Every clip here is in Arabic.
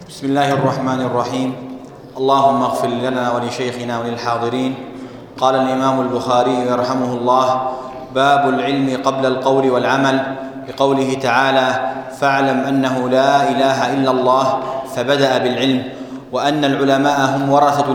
بسم الله الرحمن الرحيم. اللهم اغفر لنا ولشيخنا وللحاضرين. قال الإمام البخاري رحمه الله: باب العلم قبل القول والعمل، بقوله تعالى: فاعلم أنه لا إله إلا الله، فبدأ بالعلم، وأن العلماء هم ورثة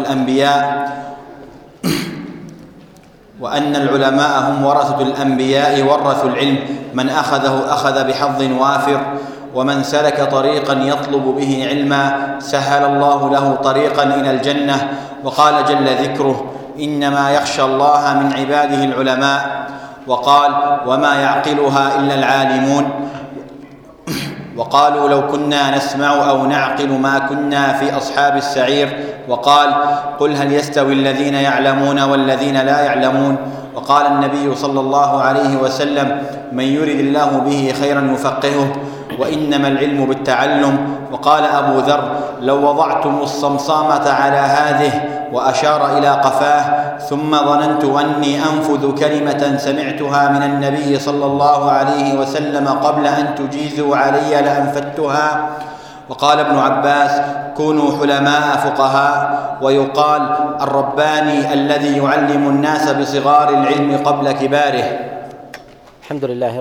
الأنبياء ورثوا العلم، من أخذه أخذ بحظ وافر، ومن سلك طريقا يطلب به علما سهل الله له طريقا إلى الجنة. وقال جل ذكره: إنما يخشى الله من عباده العلماء. وقال: وما يعقلها إلا العالمون. وقالوا: لو كنا نسمع أو نعقل ما كنا في أصحاب السعير. وقال: قل هل يستوي الذين يعلمون والذين لا يعلمون. وقال النبي صلى الله عليه وسلم: من يرد الله به خيرا يفقهه، وإنما العلم بالتعلم. وقال أبو ذر: لو وضعتم الصمصامة على هذه، وأشار إلى قفاه، ثم ظننت أني أنفذ كلمة سمعتها من النبي صلى الله عليه وسلم قبل أن تجيزوا علي لأنفذتها. وقال ابن عباس: كونوا حلماء فقهاء. ويقال: الرباني الذي يعلم الناس بصغار العلم قبل كباره. الحمد لله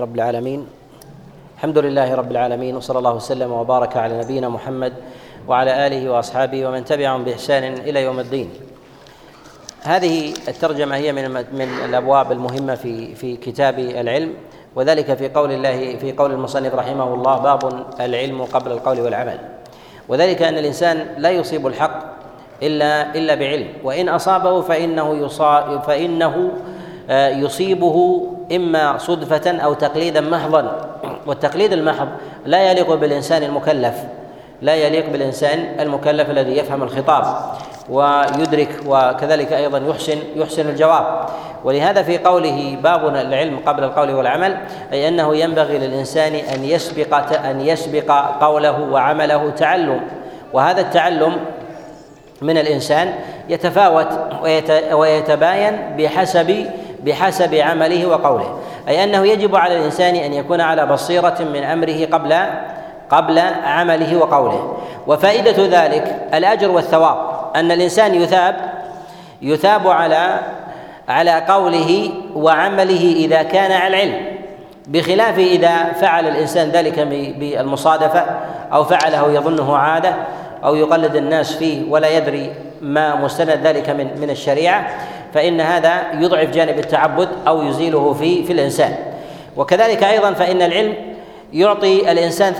رب العالمين، وصلى الله وسلم وبارك على نبينا محمد وعلى آله وأصحابه ومن تبعهم بإحسان إلى يوم الدين. هذه الترجمة هي من الأبواب المهمة في كتاب العلم، وذلك في قول المصنف رحمه الله: باب العلم قبل القول والعمل. وذلك أن الإنسان لا يصيب الحق إلا بعلم، وإن أصابه فإنه يصيبه إما صدفة أو تقليدا محضا. والتقليد المحض لا يليق بالإنسان المكلف الذي يفهم الخطاب ويدرك، وكذلك أيضا يحسن الجواب. ولهذا في قوله: باب العلم قبل القول والعمل، أي أنه ينبغي للإنسان أن يسبق قوله وعمله تعلم، وهذا التعلم من الإنسان يتفاوت ويتباين بحسب عمله وقوله، أي أنه يجب على الإنسان أن يكون على بصيرة من أمره قبل عمله وقوله. وفائدة ذلك الأجر والثواب، أن الإنسان يثاب على قوله وعمله إذا كان على العلم، بخلاف إذا فعل الإنسان ذلك بالمصادفة أو فعله يظنه عادة أو يقلد الناس فيه ولا يدري ما مستند ذلك من الشريعة، فإن هذا يضعف جانب التعبد أو يزيله في الإنسان. وكذلك أيضا فإن العلم يعطي الإنسان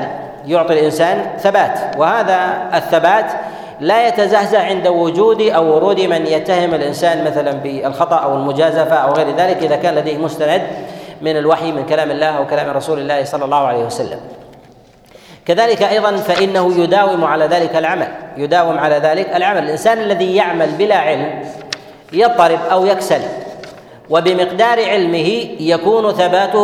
ثبات، وهذا الثبات لا يتزحزح عند وجود أو ورود من يتهم الإنسان مثلا بالخطأ أو المجازفة أو غير ذلك، إذا كان لديه مستند من الوحي من كلام الله أو كلام رسول الله صلى الله عليه وسلم. كذلك أيضا فإنه يداوم على ذلك العمل. الإنسان الذي يعمل بلا علم يضطرب أو يكسل، وبمقدار علمه يكون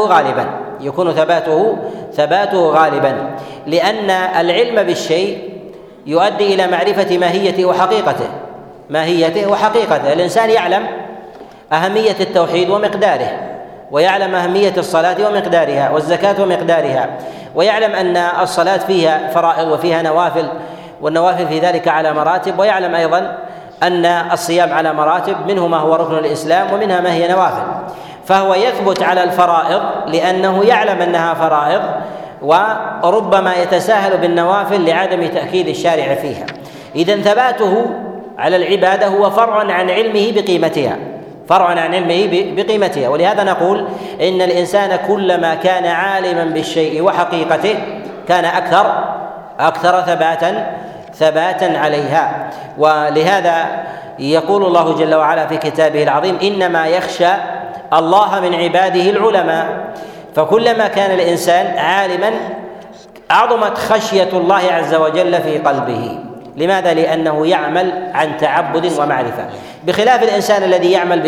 ثباته غالبا، لأن العلم بالشيء يؤدي إلى معرفة ماهيته وحقيقته. الإنسان يعلم أهمية التوحيد ومقداره، ويعلم أهمية الصلاة ومقدارها والزكاة ومقدارها، ويعلم أن الصلاة فيها فرائض وفيها نوافل، والنوافل في ذلك على مراتب، ويعلم أيضا أن الصيام على مراتب، منه ما هو ركن الإسلام ومنها ما هي نوافل، فهو يثبت على الفرائض لأنه يعلم أنها فرائض، وربما يتساهل بالنوافل لعدم تأكيد الشارع فيها. إذن ثباته على العبادة هو فرع عن علمه بقيمتها. ولهذا نقول إن الإنسان كلما كان عالما بالشيء وحقيقته كان أكثر ثباتا عليها. ولهذا يقول الله جل وعلا في كتابه العظيم: إنما يخشى الله من عباده العلماء. فكلما كان الإنسان عالما عظمت خشية الله عز وجل في قلبه. لماذا؟ لأنه يعمل عن تعبد ومعرفة، بخلاف الإنسان الذي يعمل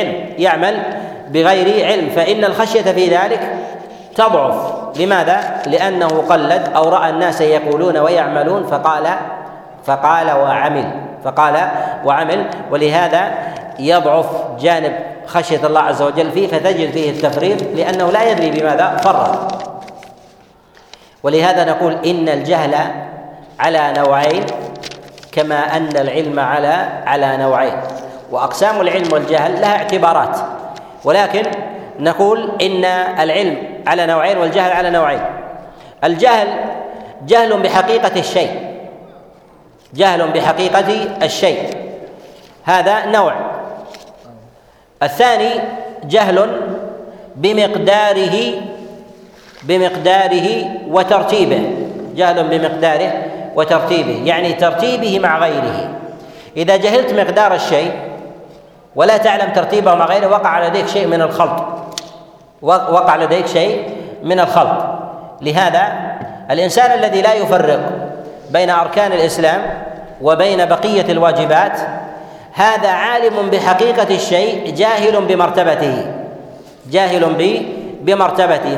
بغير علم، فإن الخشية في ذلك تضعف. لماذا؟ لأنه قلد أو رأى الناس يقولون ويعملون فقال وعمل، ولهذا يضعف جانب خشية الله عز وجل فيه، فتجد فيه التفريط لأنه لا يدري بماذا فرط. ولهذا نقول إن الجهل على نوعين كما أن العلم على نوعين، وأقسام العلم والجهل لها اعتبارات، ولكن نقول إن العلم على نوعين والجهل على نوعين. الجهل جهل بحقيقة الشيء، جهل بحقيقة الشيء، هذا نوع. الثاني جهل بمقداره وترتيبه، جهل بمقداره وترتيبه، يعني ترتيبه مع غيره. إذا جهلت مقدار الشيء ولا تعلم ترتيبه مع غيره وقع لديك شيء من الخلط. لهذا الإنسان الذي لا يفرق بين أركان الإسلام وبين بقية الواجبات هذا عالم بحقيقة الشيء جاهل بمرتبته،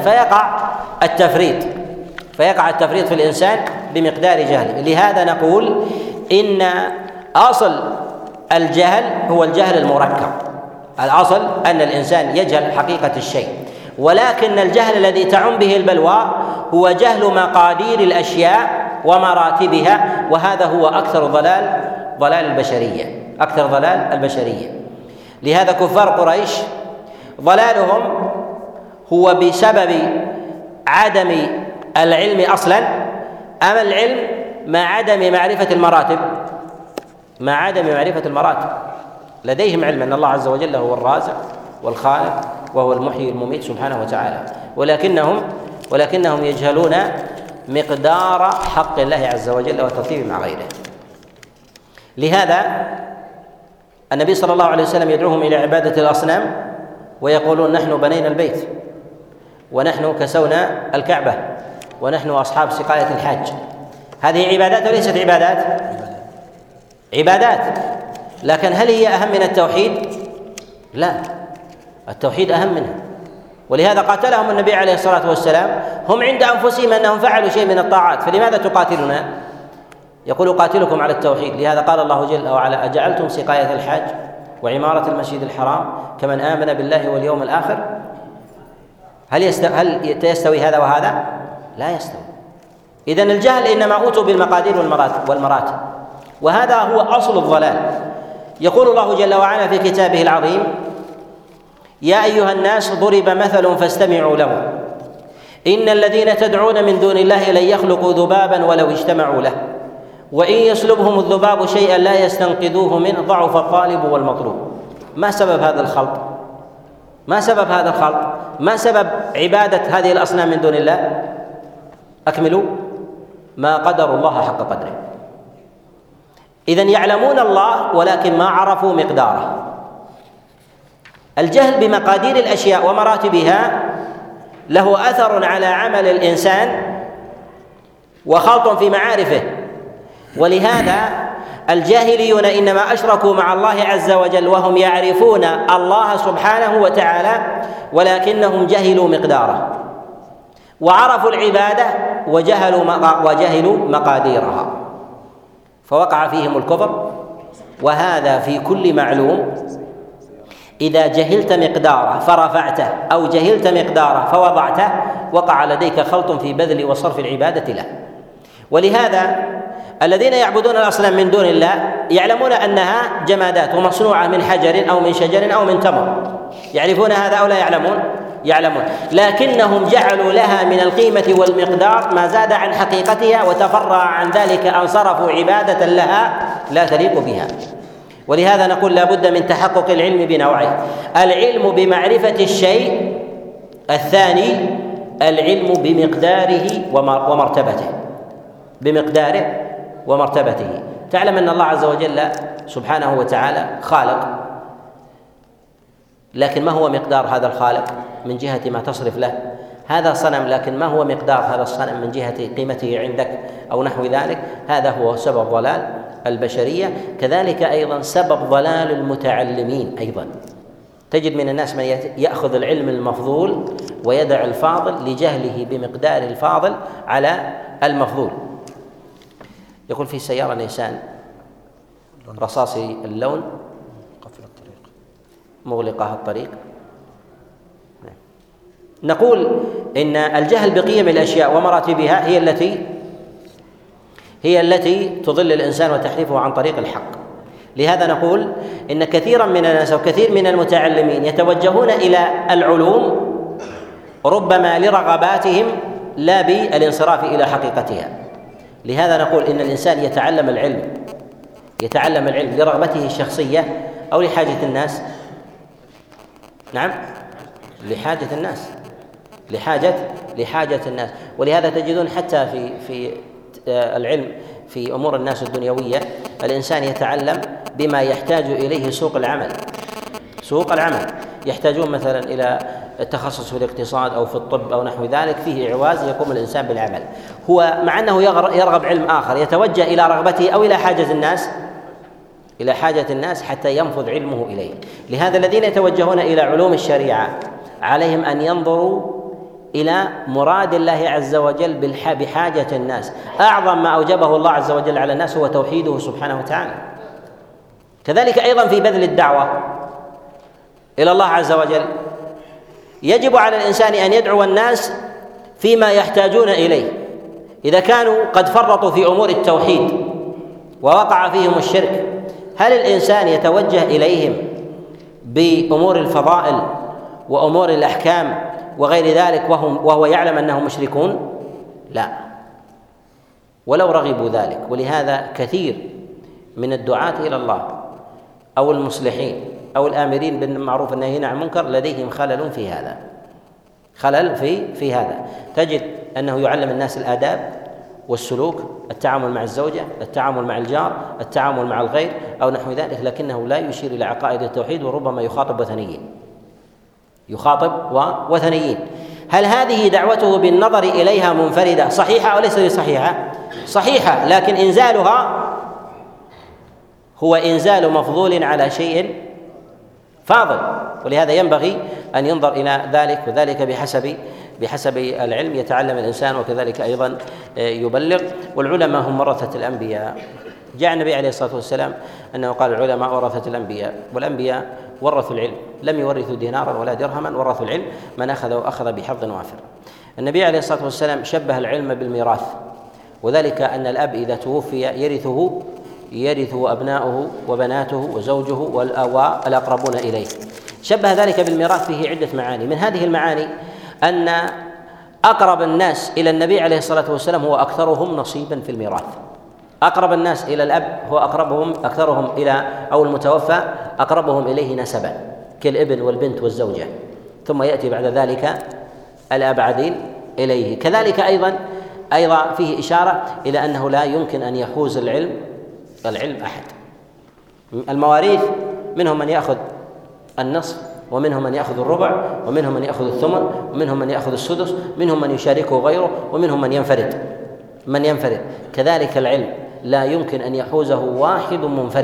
فيقع التفريط في الإنسان بمقدار جهله. لهذا نقول إن أصل الجهل هو الجهل المركب، الأصل أن الإنسان يجهل حقيقة الشيء، ولكن الجهل الذي تعم به البلوى هو جهل مقادير الأشياء ومراتبها، وهذا هو أكثر ضلال البشرية. لهذا كفار قريش ضلالهم هو بسبب عدم العلم أصلا، أما العلم مع عدم معرفة المراتب. لديهم علم أن الله عز وجل هو الرازق والخالق وهو المحيي المميت سبحانه وتعالى، ولكنهم يجهلون مقدار حق الله عز وجل وترتيبه مع غيره. لهذا النبي صلى الله عليه وسلم يدعوهم إلى عبادة الأصنام ويقولون نحن بنينا البيت ونحن كسونا الكعبة ونحن أصحاب سقاية الحاج. هذه عبادات وليست عبادات، لكن هل هي أهم من التوحيد؟ لا، التوحيد أهم منها. ولهذا قاتلهم النبي عليه الصلاة والسلام، هم عند أنفسهم أنهم فعلوا شيء من الطاعات، فلماذا تقاتلنا؟ يقول قاتلكم على التوحيد. لهذا قال الله جل وعلا أجعلتم سقاية الحاج وعمارة المسجد الحرام كمن آمن بالله واليوم الآخر. هل يستوي هذا وهذا؟ لا يستوي. إذن الجهل إنما أوتوا بالمقادير والمراتب، وهذا هو أصل الضلال. يقول الله جل وعلا في كتابه العظيم: يا أيها الناس ضرب مثل فاستمعوا له إن الذين تدعون من دون الله لن يخلقوا ذبابا ولو اجتمعوا له وإن يسلبهم الذباب شيئا لا يستنقذوه منه ضعف الطالب والمطلوب. ما سبب هذا الخلط؟ ما سبب عبادة هذه الأصنام من دون الله؟ أكملوا: ما قدروا الله حق قدره. إذن يعلمون الله ولكن ما عرفوا مقداره. الجهل بمقادير الأشياء ومراتبها له أثر على عمل الإنسان وخلط في معارفه، ولهذا الجاهليون إنما أشركوا مع الله عز وجل وهم يعرفون الله سبحانه وتعالى، ولكنهم جهلوا مقداره وعرفوا العبادة وجهلوا مقاديرها، فوقع فيهم الكفر. وهذا في كل معلوم، إذا جهلت مقداره فرفعته أو جهلت مقداره فوضعته وقع لديك خلط في بذل وصرف العبادة له. ولهذا الذين يعبدون الأصنام من دون الله يعلمون أنها جمادات ومصنوعة من حجر أو من شجر أو من تمر، يعرفون هذا أو لا يعلمون، لكنهم جعلوا لها من القيمة والمقدار ما زاد عن حقيقتها، وتفرع عن ذلك أن صرفوا عبادة لها لا تليق بها. ولهذا نقول لا بد من تحقق العلم بنوعين: العلم بمعرفة الشيء، الثاني العلم بمقداره. تعلم أن الله عز وجل سبحانه وتعالى خالق، لكن ما هو مقدار هذا الخالق من جهة ما تصرف له؟ هذا صنم، لكن ما هو مقدار هذا الصنم من جهة قيمته عندك أو نحو ذلك؟ هذا هو سبب ضلال البشرية. كذلك أيضا سبب ضلال المتعلمين. أيضا تجد من الناس من يأخذ العلم المفضول ويدع الفاضل لجهله بمقدار الفاضل على المفضول. يقول في سيارة نيسان رصاصي اللون مغلقة الطريق. نقول إن الجهل بقيم الأشياء ومراتبها هي التي هي التي تضل الإنسان وتحرفه عن طريق الحق. لهذا نقول إن كثيرا من الناس وكثير من المتعلمين يتوجهون إلى العلوم ربما لرغباتهم لا بالانصراف إلى حقيقتها. لهذا نقول إن الإنسان يتعلم العلم لرغبته الشخصية أو لحاجة الناس. نعم، لحاجة الناس. ولهذا تجدون حتى في العلم في أمور الناس الدنيوية الإنسان يتعلم بما يحتاج إليه سوق العمل. يحتاجون مثلا إلى التخصص في الاقتصاد أو في الطب أو نحو ذلك، فيه إعواز يقوم الإنسان بالعمل، هو مع أنه يرغب علم آخر يتوجه إلى رغبته أو إلى حاجة الناس حتى ينفذ علمه إليه. لهذا الذين يتوجهون إلى علوم الشريعة عليهم أن ينظروا إلى مراد الله عز وجل بحاجة الناس. أعظم ما أوجبه الله عز وجل على الناس هو توحيده سبحانه وتعالى. كذلك أيضا في بذل الدعوة إلى الله عز وجل يجب على الإنسان أن يدعو الناس فيما يحتاجون إليه. إذا كانوا قد فرطوا في أمور التوحيد ووقع فيهم الشرك، هل الإنسان يتوجه إليهم بأمور الفضائل وأمور الأحكام وغير ذلك وهو يعلم أنهم مشركون؟ لا، ولو رغبوا ذلك. ولهذا كثير من الدعاة إلى الله أو المصلحين أو الآمرين بالمعروف والناهين عن المنكر لديهم خلل في هذا. تجد أنه يعلم الناس الآداب والسلوك، التعامل مع الزوجة، التعامل مع الجار، التعامل مع الغير أو نحو ذلك، لكنه لا يشير إلى عقائد التوحيد، وربما يخاطب وثنيين. هل هذه دعوته بالنظر إليها منفردة صحيحة أو ليست صحيحة؟ صحيحة، لكن إنزالها هو إنزال مفضول على شيء فاضل، ولهذا ينبغي أن ينظر إلى ذلك، وذلك بحسب العلم يتعلم الإنسان، وكذلك أيضا يبلغ. والعلماء هم ورثة الأنبياء. جاء النبي عليه الصلاة والسلام أنه قال العلماء ورثة الأنبياء، والأنبياء ورثوا العلم، لم يورثوا دينارا ولا درهما، ورثوا العلم، من أخذ بحظ وافر. النبي عليه الصلاة والسلام شبه العلم بالميراث، وذلك أن الأب إذا توفي يرثه أبناؤه وبناته وزوجه والأقربون إليه. شبه ذلك بالميراث فيه عدة معاني. من هذه المعاني أن أقرب الناس إلى النبي عليه الصلاة والسلام هو أكثرهم نصيبا في الميراث. أقرب الناس إلى الأب هو أكثرهم إلى أو المتوفى أقربهم إليه نسبا كالابن والبنت والزوجة، ثم يأتي بعد ذلك الأبعدين إليه. كذلك أيضا فيه إشارة إلى أنه لا يمكن أن يحوز العلم أحد. المواريث منهم من يأخذ النصف، ومنهم من يأخذ الربع، ومنهم من يأخذ الثمن، ومنهم من يأخذ السدس، منهم من يشاركه غيره، ومنهم من ينفرد. كذلك العلم لا يمكن أن يحوزه واحد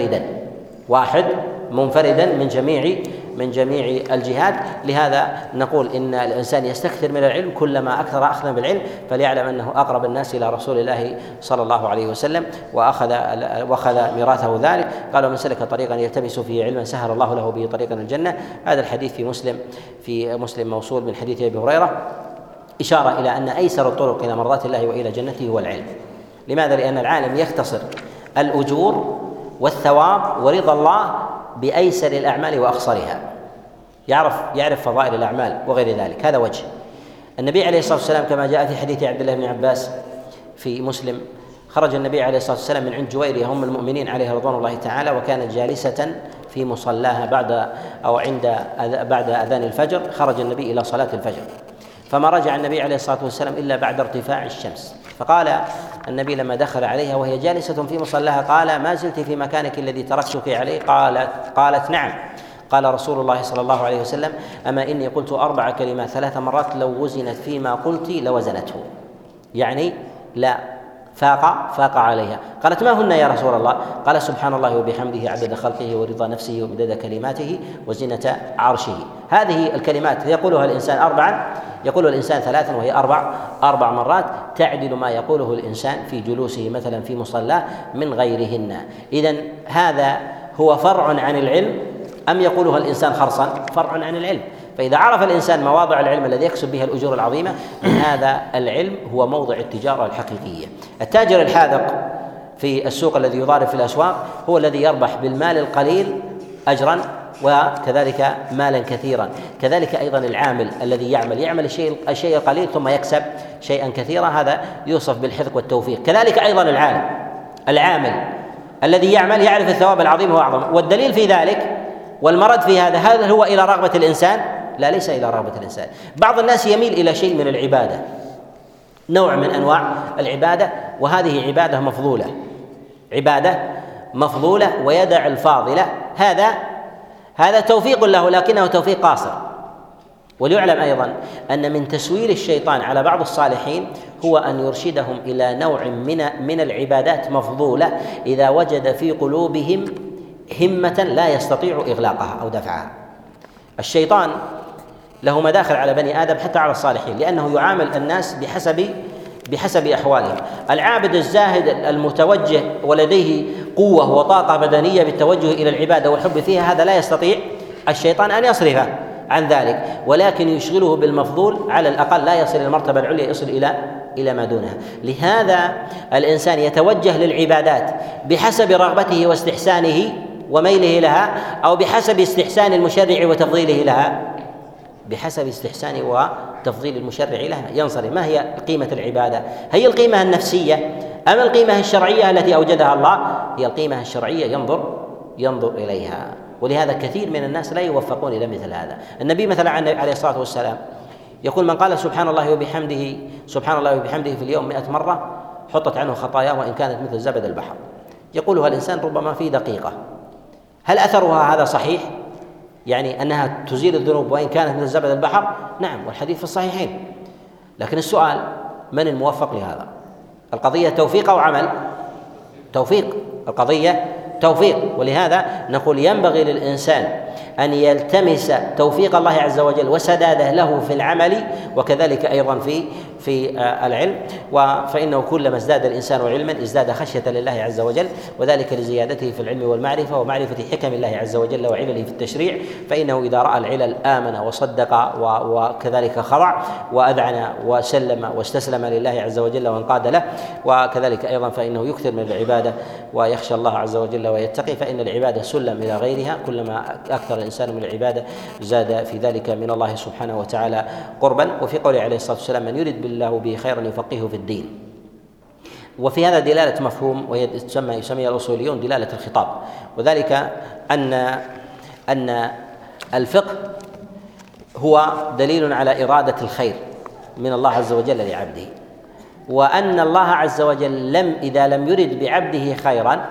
منفردا من جميع الجهات. لهذا نقول إن الإنسان يستكثر من العلم، كلما أكثر أخذا بالعلم فليعلم أنه أقرب الناس إلى رسول الله صلى الله عليه وسلم، وأخذ ميراثه ذلك. قال: من سلك طريقا يلتمس فيه علما سهل الله له به طريقا الجنة. هذا الحديث في مسلم موصول من حديث أبي هريرة، إشارة إلى أن أيسر الطرق إلى مرضات الله وإلى جنته هو العلم. لماذا؟ لأن العالم يختصر الأجور والثواب ورضا الله بأيسر الأعمال وأخصرها، يعرف فضائل الأعمال وغير ذلك. هذا وجه. النبي عليه الصلاة والسلام كما جاء في حديث عبد الله بن عباس في مسلم، خرج النبي عليه الصلاة والسلام من عند جويرية أم المؤمنين عليها رضوان الله تعالى، وكانت جالسة في مصلاها بعد أذان الفجر. خرج النبي إلى صلاة الفجر، فما رجع النبي عليه الصلاة والسلام إلا بعد ارتفاع الشمس. فقال النبي لما دخل عليها وهي جالسة في مصلاها: قال: ما زلت في مكانك الذي تركتك عليه؟ قالت: نعم. قال رسول الله صلى الله عليه وسلم: أما إني قلت 4 كلمات 3 مرات لو وزنت فيما قلت لوزنته، يعني لا فاق عليها. قالت: ما هن يا رسول الله؟ قال: سبحان الله وبحمده عدد خلقه ورضا نفسه ومداد كلماته وزنة عرشه. هذه الكلمات يقولها الإنسان 4، يقول الإنسان 3، وهي 4 مرات، تعدل ما يقوله الإنسان في جلوسه مثلا في مصلاه من غيرهن. إذن هذا هو فرع عن العلم، أم يقولها الإنسان خرصا؟ فرع عن العلم. فإذا عرف الإنسان مواضع العلم الذي يكسب بها الأجور العظيمة، من هذا العلم هو موضع التجارة الحقيقية. التاجر الحاذق في السوق الذي يضارب في الأسواق هو الذي يربح بالمال القليل أجرا وكذلك مالا كثيرا. كذلك أيضا العامل الذي يعمل الشيء القليل ثم يكسب شيئا كثيرا، هذا يوصف بالحذق والتوفيق. كذلك أيضا العامل الذي يعرف الثواب العظيم هو أعظم. والدليل في ذلك والمرد في هذا، هل هو إلى رغبة الإنسان؟ لا، ليس إلى رغبة الإنسان. بعض الناس يميل إلى شيء من العبادة، نوع من أنواع العبادة، وهذه عبادة مفضولة ويدع الفاضلة، هذا توفيق له لكنه توفيق قاصر. وليعلم أيضا أن من تسويل الشيطان على بعض الصالحين هو أن يرشدهم إلى نوع من العبادات مفضولة إذا وجد في قلوبهم همة لا يستطيع إغلاقها أو دفعها. الشيطان له مداخل على بني آدم حتى على الصالحين، لأنه يعامل الناس بحسب أحوالهم. العابد الزاهد المتوجه ولديه قوة وطاقة بدنية بالتوجه إلى العبادة والحب فيها، هذا لا يستطيع الشيطان أن يصرفه عن ذلك، ولكن يشغله بالمفضول، على الأقل لا يصل إلى المرتبة العليا، يصل إلى ما دونها. لهذا الإنسان يتوجه للعبادات بحسب رغبته واستحسانه وميله لها، أو بحسب استحسان المشرع وتفضيله لها، بحسب استحسان وتفضيل المشرع لها ينصرف. ما هي قيمة العبادة؟ هي القيمة النفسية أم القيمة الشرعية التي أوجدها الله؟ هي القيمة الشرعية ينظر إليها. ولهذا كثير من الناس لا يوفقون إلى مثل هذا. النبي مثلا عليه الصلاة والسلام يقول: من قال سبحان الله وبحمده في اليوم 100 مرة حطت عنه خطاياه وإن كانت مثل زبد البحر. يقولها الإنسان ربما في دقيقة. هل أثرها هذا صحيح؟ يعني أنها تزيل الذنوب وإن كانت مثل زبد البحر؟ نعم، والحديث في الصحيحين. لكن السؤال: من الموفق لهذا؟ القضية توفيق أو عمل؟ توفيق، القضية توفيق. ولهذا نقول ينبغي للإنسان أن يلتمس توفيق الله عز وجل وسداده له في العمل، وكذلك أيضا في العلم. فإنه كلما ازداد الإنسان علما ازداد خشية لله عز وجل، وذلك لزيادته في العلم والمعرفة ومعرفة حكم الله عز وجل وعلله في التشريع. فإنه إذا رأى العلل آمن وصدق وكذلك خضع وأذعن وسلم واستسلم لله عز وجل وانقاد له. وكذلك أيضا فإنه يكثر من العبادة ويخشى الله عز وجل ويتقي، فإن العبادة سلم إلى غيرها، كلما أكثر الإنسان من العبادة زاد في ذلك من الله سبحانه وتعالى قربا. وفي قوله عليه الصلاة والسلام: من يرد بالله به خيرا يفقهه في الدين. وفي هذا دلالة مفهوم، وهي يسميها الأصوليون دلالة الخطاب، وذلك أن الفقه هو دليل على إرادة الخير من الله عز وجل لعبده، وأن الله عز وجل إذا لم يرد بعبده خيرا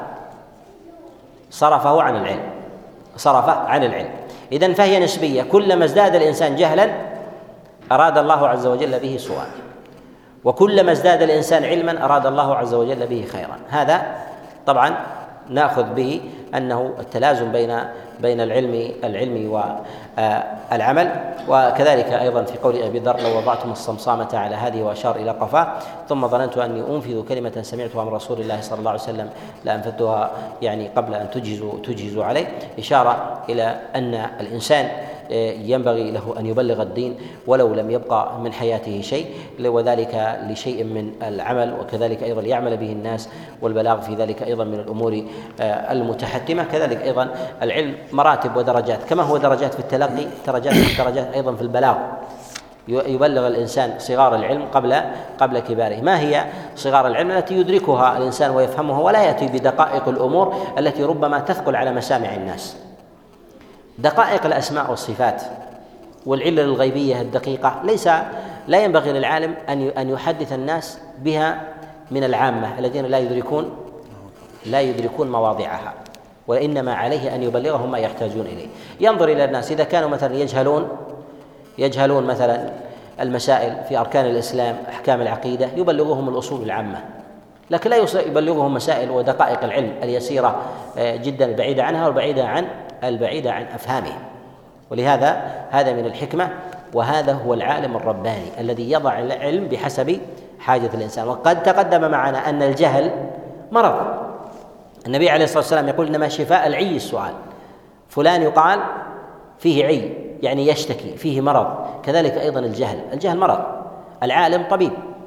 صرفه عن العلم. إذن فهي نسبية، كلما ازداد الإنسان جهلا أراد الله عز وجل به سوءا، وكلما ازداد الإنسان علما أراد الله عز وجل به خيرا. هذا طبعا نأخذ به أنه التلازم بين العلم والعمل. وكذلك أيضا في قول أبي ذر: لو وضعتم الصمصامة على هذه وأشار إلى قفاه ثم ظننت أني أنفذ كلمة سمعتها من رسول الله صلى الله عليه وسلم لأنفذتها يعني قبل أن تجهزوا عليه، إشارة إلى أن الإنسان ينبغي له أن يبلغ الدين ولو لم يبقى من حياته شيء، وذلك لشيء من العمل، وكذلك أيضا يعمل به الناس، والبلاغ في ذلك أيضا من الأمور المتحتمة. كذلك أيضا العلم مراتب ودرجات، كما هو درجات في التلقي درجات أيضا في البلاغ. يبلغ الإنسان صغار العلم قبل كباره. ما هي صغار العلم؟ التي يدركها الإنسان ويفهمها ولا يأتي بدقائق الأمور التي ربما تثقل على مسامع الناس. دقائق الأسماء والصفات والعلل الغيبية الدقيقة لا ينبغي للعالم أن يحدث الناس بها من العامة الذين لا يدركون مواضعها، وإنما عليه أن يبلغهم ما يحتاجون إليه. ينظر إلى الناس إذا كانوا مثلا يجهلون مثلا المسائل في أركان الإسلام، أحكام العقيدة، يبلغهم الأصول العامة، لكن لا يبلغهم مسائل ودقائق العلم اليسيرة جدا البعيدة عنها والبعيدة عن أفهامهم. ولهذا هذا من الحكمة، وهذا هو العالم الرباني الذي يضع العلم بحسب حاجة الإنسان. وقد تقدم معنا أن الجهل مرض. النبي عليه الصلاة والسلام يقول: إنما شفاء العي السؤال. فلان يقال فيه عي يعني يشتكي، فيه مرض. كذلك أيضا الجهل مرض. العالم طبيب،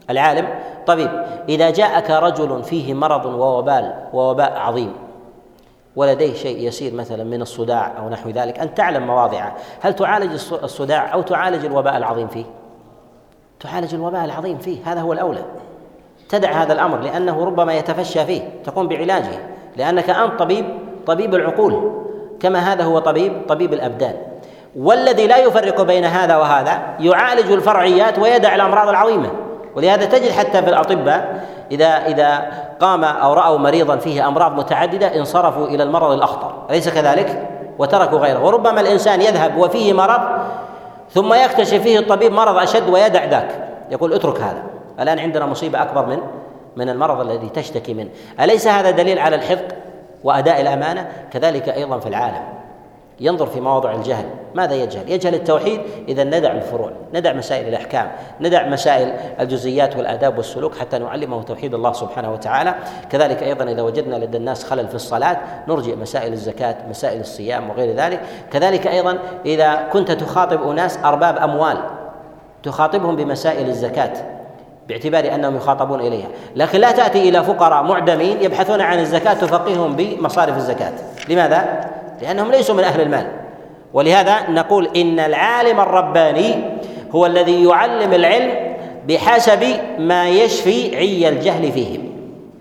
العالم طبيب. إذا جاءك رجل فيه مرض ووباء عظيم ولديه شيء يسير مثلا من الصداع أو نحو ذلك، أنت تعلم مواضعه، هل تعالج الصداع أو تعالج الوباء العظيم فيه؟ تعالج الوباء العظيم فيه، هذا هو الأولى. تدع هذا الأمر لأنه ربما يتفشى فيه، تقوم بعلاجه، لأنك أنت طبيب العقول، كما هذا هو طبيب الأبدان. والذي لا يفرق بين هذا وهذا يعالج الفرعيات ويدع الأمراض العظيمة. ولهذا تجد حتى في الأطباء إذا قام أو رأوا مريضا فيه أمراض متعددة انصرفوا إلى المرض الأخطر، أليس كذلك؟ وتركوا غيره. وربما الإنسان يذهب وفيه مرض ثم يكتشف فيه الطبيب مرض أشد ويدع ذاك، يقول اترك هذا، الآن عندنا مصيبة أكبر من المرض الذي تشتكي منه. أليس هذا دليل على الحفظ وأداء الأمانة؟ كذلك أيضا في العالم ينظر في مواضع الجهل، ماذا يجهل التوحيد، إذا ندع الفروع، ندع مسائل الأحكام، ندع مسائل الجزئيات والآداب والسلوك حتى نعلمه توحيد الله سبحانه وتعالى. كذلك أيضا إذا وجدنا لدى الناس خلل في الصلاة نرجع مسائل الزكاة، مسائل الصيام وغير ذلك. كذلك أيضا إذا كنت تخاطب أناس أرباب أموال تخاطبهم بمسائل الزكاة باعتبار أنهم يخاطبون إليها، لكن لا تأتي إلى فقراء معدمين يبحثون عن الزكاة تفقههم بمصارف الزكاة. لماذا؟ لأنهم ليسوا من أهل المال. ولهذا نقول إن العالم الرباني هو الذي يعلم العلم بحسب ما يشفي عي الجهل فيهم،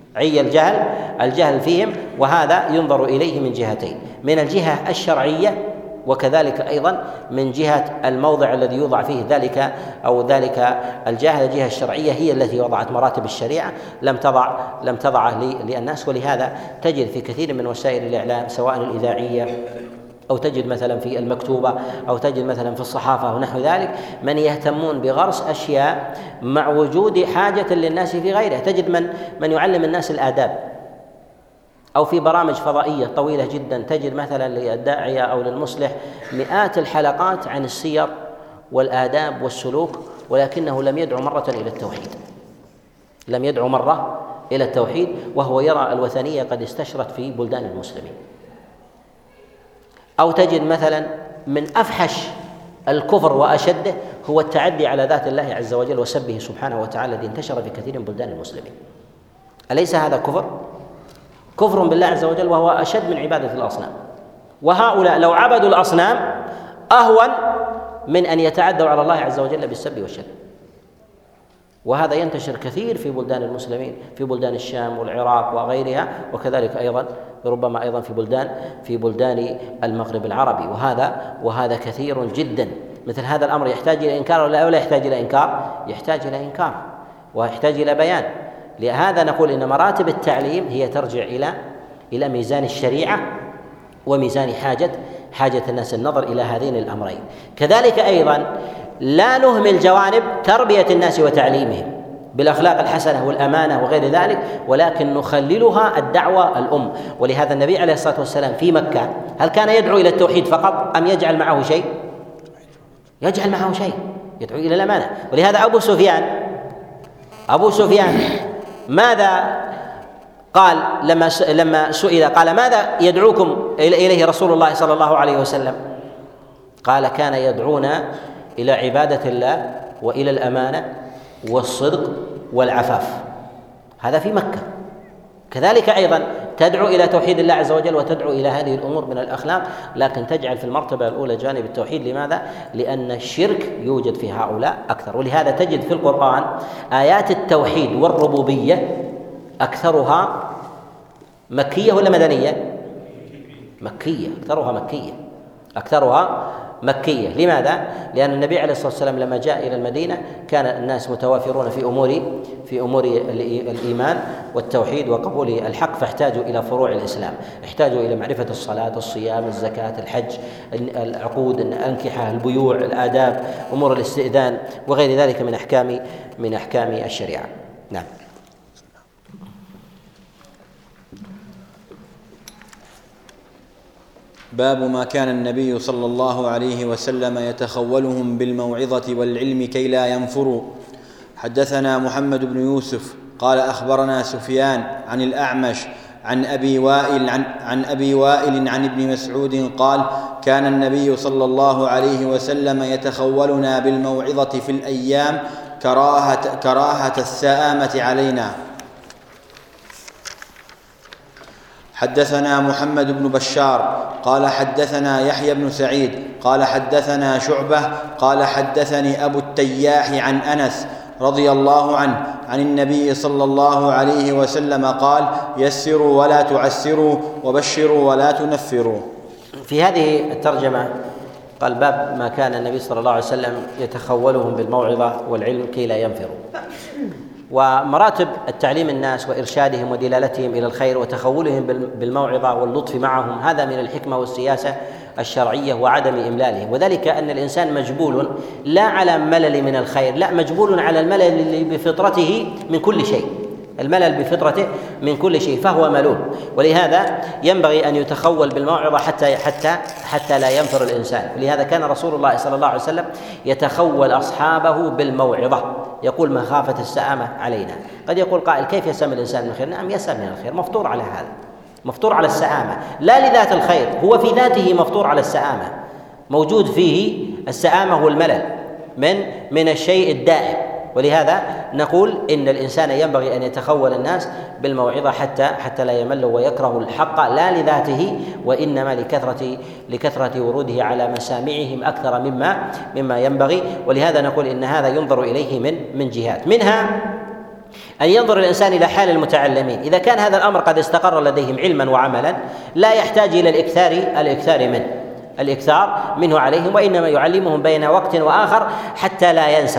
الجهل فيهم، وهذا ينظر إليه من جهتين: من الجهة الشرعية، وكذلك أيضا من جهة الموضع الذي يوضع فيه ذلك الجاهل. الجهة الشرعية هي التي وضعت مراتب الشريعة لم تضع للناس. ولهذا تجد في كثير من وسائل الإعلام سواء الإذاعية أو تجد مثلا في المكتوبة أو تجد مثلا في الصحافة ونحو ذلك من يهتمون بغرس أشياء مع وجود حاجة للناس في غيرها. تجد من يعلم الناس الآداب، أو في برامج فضائية طويلة جدا تجد مثلا للداعية أو للمصلح مئات الحلقات عن السير والآداب والسلوك، ولكنه لم يدعو مرة إلى التوحيد، وهو يرى الوثنية قد استشرت في بلدان المسلمين. أو تجد مثلا من أفحش الكفر وأشده هو التعدي على ذات الله عز وجل وسبه سبحانه وتعالى الذي انتشر في كثير من بلدان المسلمين. أليس هذا كفر بالله عز وجل، وهو أشد من عبادة الأصنام. وهؤلاء لو عبدوا الأصنام أهون من أن يتعدوا على الله عز وجل بالسب والشتم. وهذا ينتشر كثير في بلدان المسلمين، في بلدان الشام والعراق وغيرها، وكذلك أيضا ربما أيضا في بلدان المغرب العربي. وهذا كثير جدا. مثل هذا الأمر يحتاج إلى إنكار ولا يحتاج إلى إنكار؟ يحتاج إلى إنكار ويحتاج إلى بيان. لهذا نقول إن مراتب التعليم هي ترجع إلى ميزان الشريعة وميزان حاجة الناس النظر إلى هذين الأمرين. كذلك أيضا لا نهمل جوانب تربية الناس وتعليمهم بالأخلاق الحسنة والأمانة وغير ذلك، ولكن نخللها الدعوة الأم. ولهذا النبي عليه الصلاة والسلام في مكة هل كان يدعو إلى التوحيد فقط أم يجعل معه شيء؟ يجعل معه شيء، يدعو إلى الأمانة. ولهذا أبو سفيان ماذا قال لما سئل؟ قال: ماذا يدعوكم إليه رسول الله صلى الله عليه وسلم؟ قال: كان يدعونا إلى عبادة الله وإلى الأمانة والصدق والعفاف. هذا في مكة. كذلك أيضا تدعو إلى توحيد الله عز وجل وتدعو إلى هذه الأمور من الأخلاق، لكن تجعل في المرتبة الأولى جانب التوحيد. لماذا؟ لأن الشرك يوجد في هؤلاء أكثر. ولهذا تجد في القرآن آيات التوحيد والربوبية أكثرها مكية ولا مدنية؟ مكية، أكثرها مكية. لماذا؟ لأن النبي عليه الصلاة والسلام لما جاء إلى المدينة كان الناس متوافرون في أمور الإيمان والتوحيد وقبول الحق، فاحتاجوا إلى فروع الإسلام، احتاجوا إلى معرفة الصلاة، الصيام، الزكاة، الحج، العقود، الأنكحة، البيوع، الآداب، أمور الاستئذان وغير ذلك من أحكام الشريعة. نعم. باب ما كان النبي صلى الله عليه وسلم يتخولهم بالموعظة والعلم كي لا ينفروا. حدثنا محمد بن يوسف قال أخبرنا سفيان عن الأعمش عن أبي وائل عن ابن مسعود قال: كان النبي صلى الله عليه وسلم يتخولنا بالموعظة في الأيام كراهة السآمة علينا. حدثنا محمد بن بشار قال حدثنا يحيى بن سعيد قال حدثنا شعبة قال حدثني أبو التياح عن أنس رضي الله عنه عن النبي صلى الله عليه وسلم قال: يسروا ولا تعسروا وبشروا ولا تنفروا. في هذه الترجمة قال: باب ما كان النبي صلى الله عليه وسلم يتخولهم بالموعظة والعلم كي لا ينفروا. ومراتب التعليم الناس وإرشادهم ودلالتهم إلى الخير وتخولهم بالموعظة واللطف معهم، هذا من الحكمة والسياسة الشرعية وعدم إملالهم. وذلك أن الإنسان مجبول لا على ملل من الخير، لا، مجبول على الملل اللي بفطرته من كل شيء، الملل بفطرته من كل شيء، فهو ملول. ولهذا ينبغي أن يتخول بالموعظة حتى لا ينفر الإنسان. ولهذا كان رسول الله صلى الله عليه وسلم يتخول أصحابه بالموعظة، يقول: مخافة السآمة علينا. قد يقول قائل: كيف يسأم الإنسان من الخير؟ نعم، يسأم من الخير، مفطور على هذا، مفطور على السآمة، لا لذات الخير، هو في ذاته مفطور على السآمة، موجود فيه السآمة والملل من الشيء الدائم. ولهذا نقول إن الإنسان ينبغي أن يتخول الناس بالموعظة حتى لا يملوا ويكرهوا الحق، لا لذاته وإنما لكثرة وروده على مسامعهم أكثر مما ينبغي. ولهذا نقول إن هذا ينظر إليه من جهات، منها أن ينظر الإنسان إلى حال المتعلمين. إذا كان هذا الأمر قد استقر لديهم علما وعملا لا يحتاج إلى الإكثار منه عليهم، وإنما يعلمهم بين وقت وآخر حتى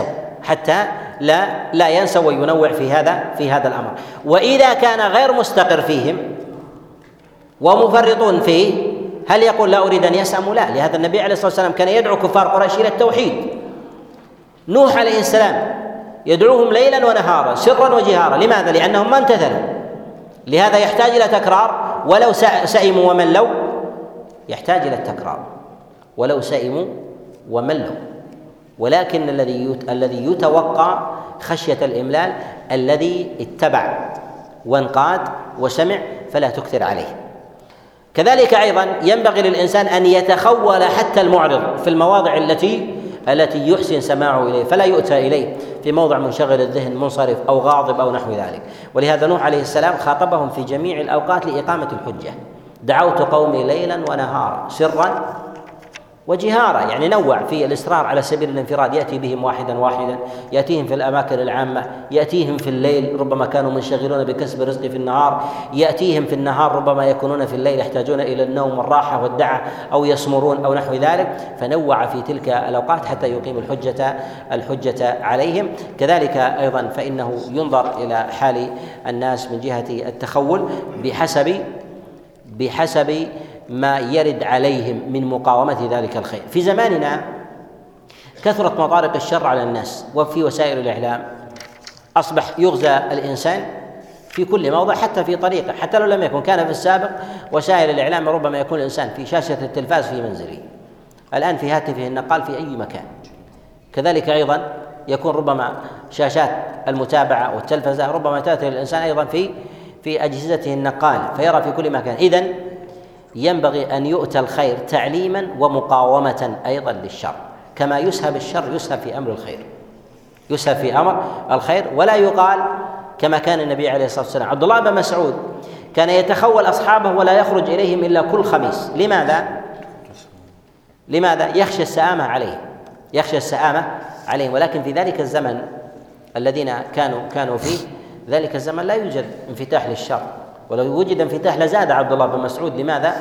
لا ينسوا وينوع في هذا الأمر. وإذا كان غير مستقر فيهم ومفرطون فيه، هل يقول: لا أريد أن يسأموا؟ لا، لهذا النبي عليه الصلاة والسلام كان يدعو كفار قريش إلى التوحيد. نوح عليه السلام يدعوهم ليلا ونهارا سرا وجهارا. لماذا؟ لأنهم ما امتثلوا. لهذا يحتاج إلى تكرار، ولو سئموا وملوا، يحتاج إلى التكرار ولو سئموا وملوا. ولكن الذي يتوقع خشية الإملال الذي اتبع وانقاد وسمع، فلا تكثر عليه. كذلك أيضا ينبغي للإنسان أن يتخول حتى المعرض في المواضع التي يحسن سماعه إليه، فلا يؤتى إليه في موضع منشغل الذهن منصرف أو غاضب أو نحو ذلك. ولهذا نوح عليه السلام خاطبهم في جميع الأوقات لإقامة الحجة: دعوت قومي ليلا ونهارا سرا وجهارا، يعني نوع في الإصرار على سبيل الانفراد، يأتي بهم واحدا يأتيهم في الأماكن العامة، يأتيهم في الليل ربما كانوا منشغلون بكسب الرزق في النهار، يأتيهم في النهار ربما يكونون في الليل يحتاجون إلى النوم والراحة والدعة أو يصمرون أو نحو ذلك، فنوع في تلك الأوقات حتى يقيم الحجة عليهم. كذلك أيضا فإنه ينظر إلى حال الناس من جهة التخول بحسب ما يرد عليهم من مقاومة ذلك الخير. في زماننا كثرت مطارق الشر على الناس، وفي وسائل الإعلام أصبح يغزى الإنسان في كل موضع، حتى في طريقه، حتى لو لم يكن. كان في السابق وسائل الإعلام ربما يكون الإنسان في شاشة التلفاز في منزله، الآن في هاتفه النقال في أي مكان. كذلك أيضا يكون ربما شاشات المتابعة والتلفزة ربما تأتي للإنسان أيضا في أجهزته النقالة، فيرى في كل مكان. إذن ينبغي أن يؤتى الخير تعليما ومقاومة أيضا للشر، كما يسهب الشر يسهب في أمر الخير، يسهب في أمر الخير. ولا يقال كما كان النبي عليه الصلاة والسلام. عبد الله بن مسعود كان يتخول أصحابه ولا يخرج إليهم إلا كل خميس. لماذا؟ يخشى السآمة عليهم. ولكن في ذلك الزمن الذين كانوا فيه، ذلك الزمن لا يوجد انفتاح للشر، ولو وجد انفتاح لزاد عبد الله بن مسعود. لماذا؟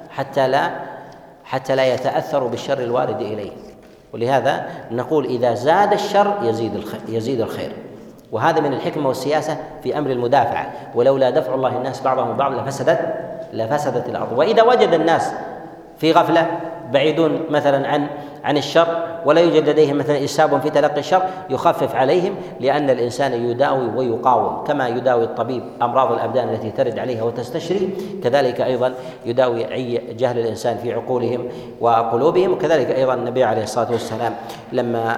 حتى لا يتأثروا بالشر الوارد إليه. ولهذا نقول إذا زاد الشر يزيد الخير، وهذا من الحكمة والسياسة في أمر المدافعة. ولولا دفع الله الناس بعضهم بعض لفسدت الأرض. وإذا وجد الناس في غفلة بعيدون مثلا عن الشر، ولا يوجد لديهم مثلا إسهاب في تلقي الشر، يخفف عليهم، لأن الإنسان يداوي ويقاوم. كما يداوي الطبيب أمراض الأبدان التي ترد عليها وتستشري، كذلك أيضا يداوي جهل الإنسان في عقولهم وقلوبهم. وكذلك أيضا النبي عليه الصلاة والسلام لما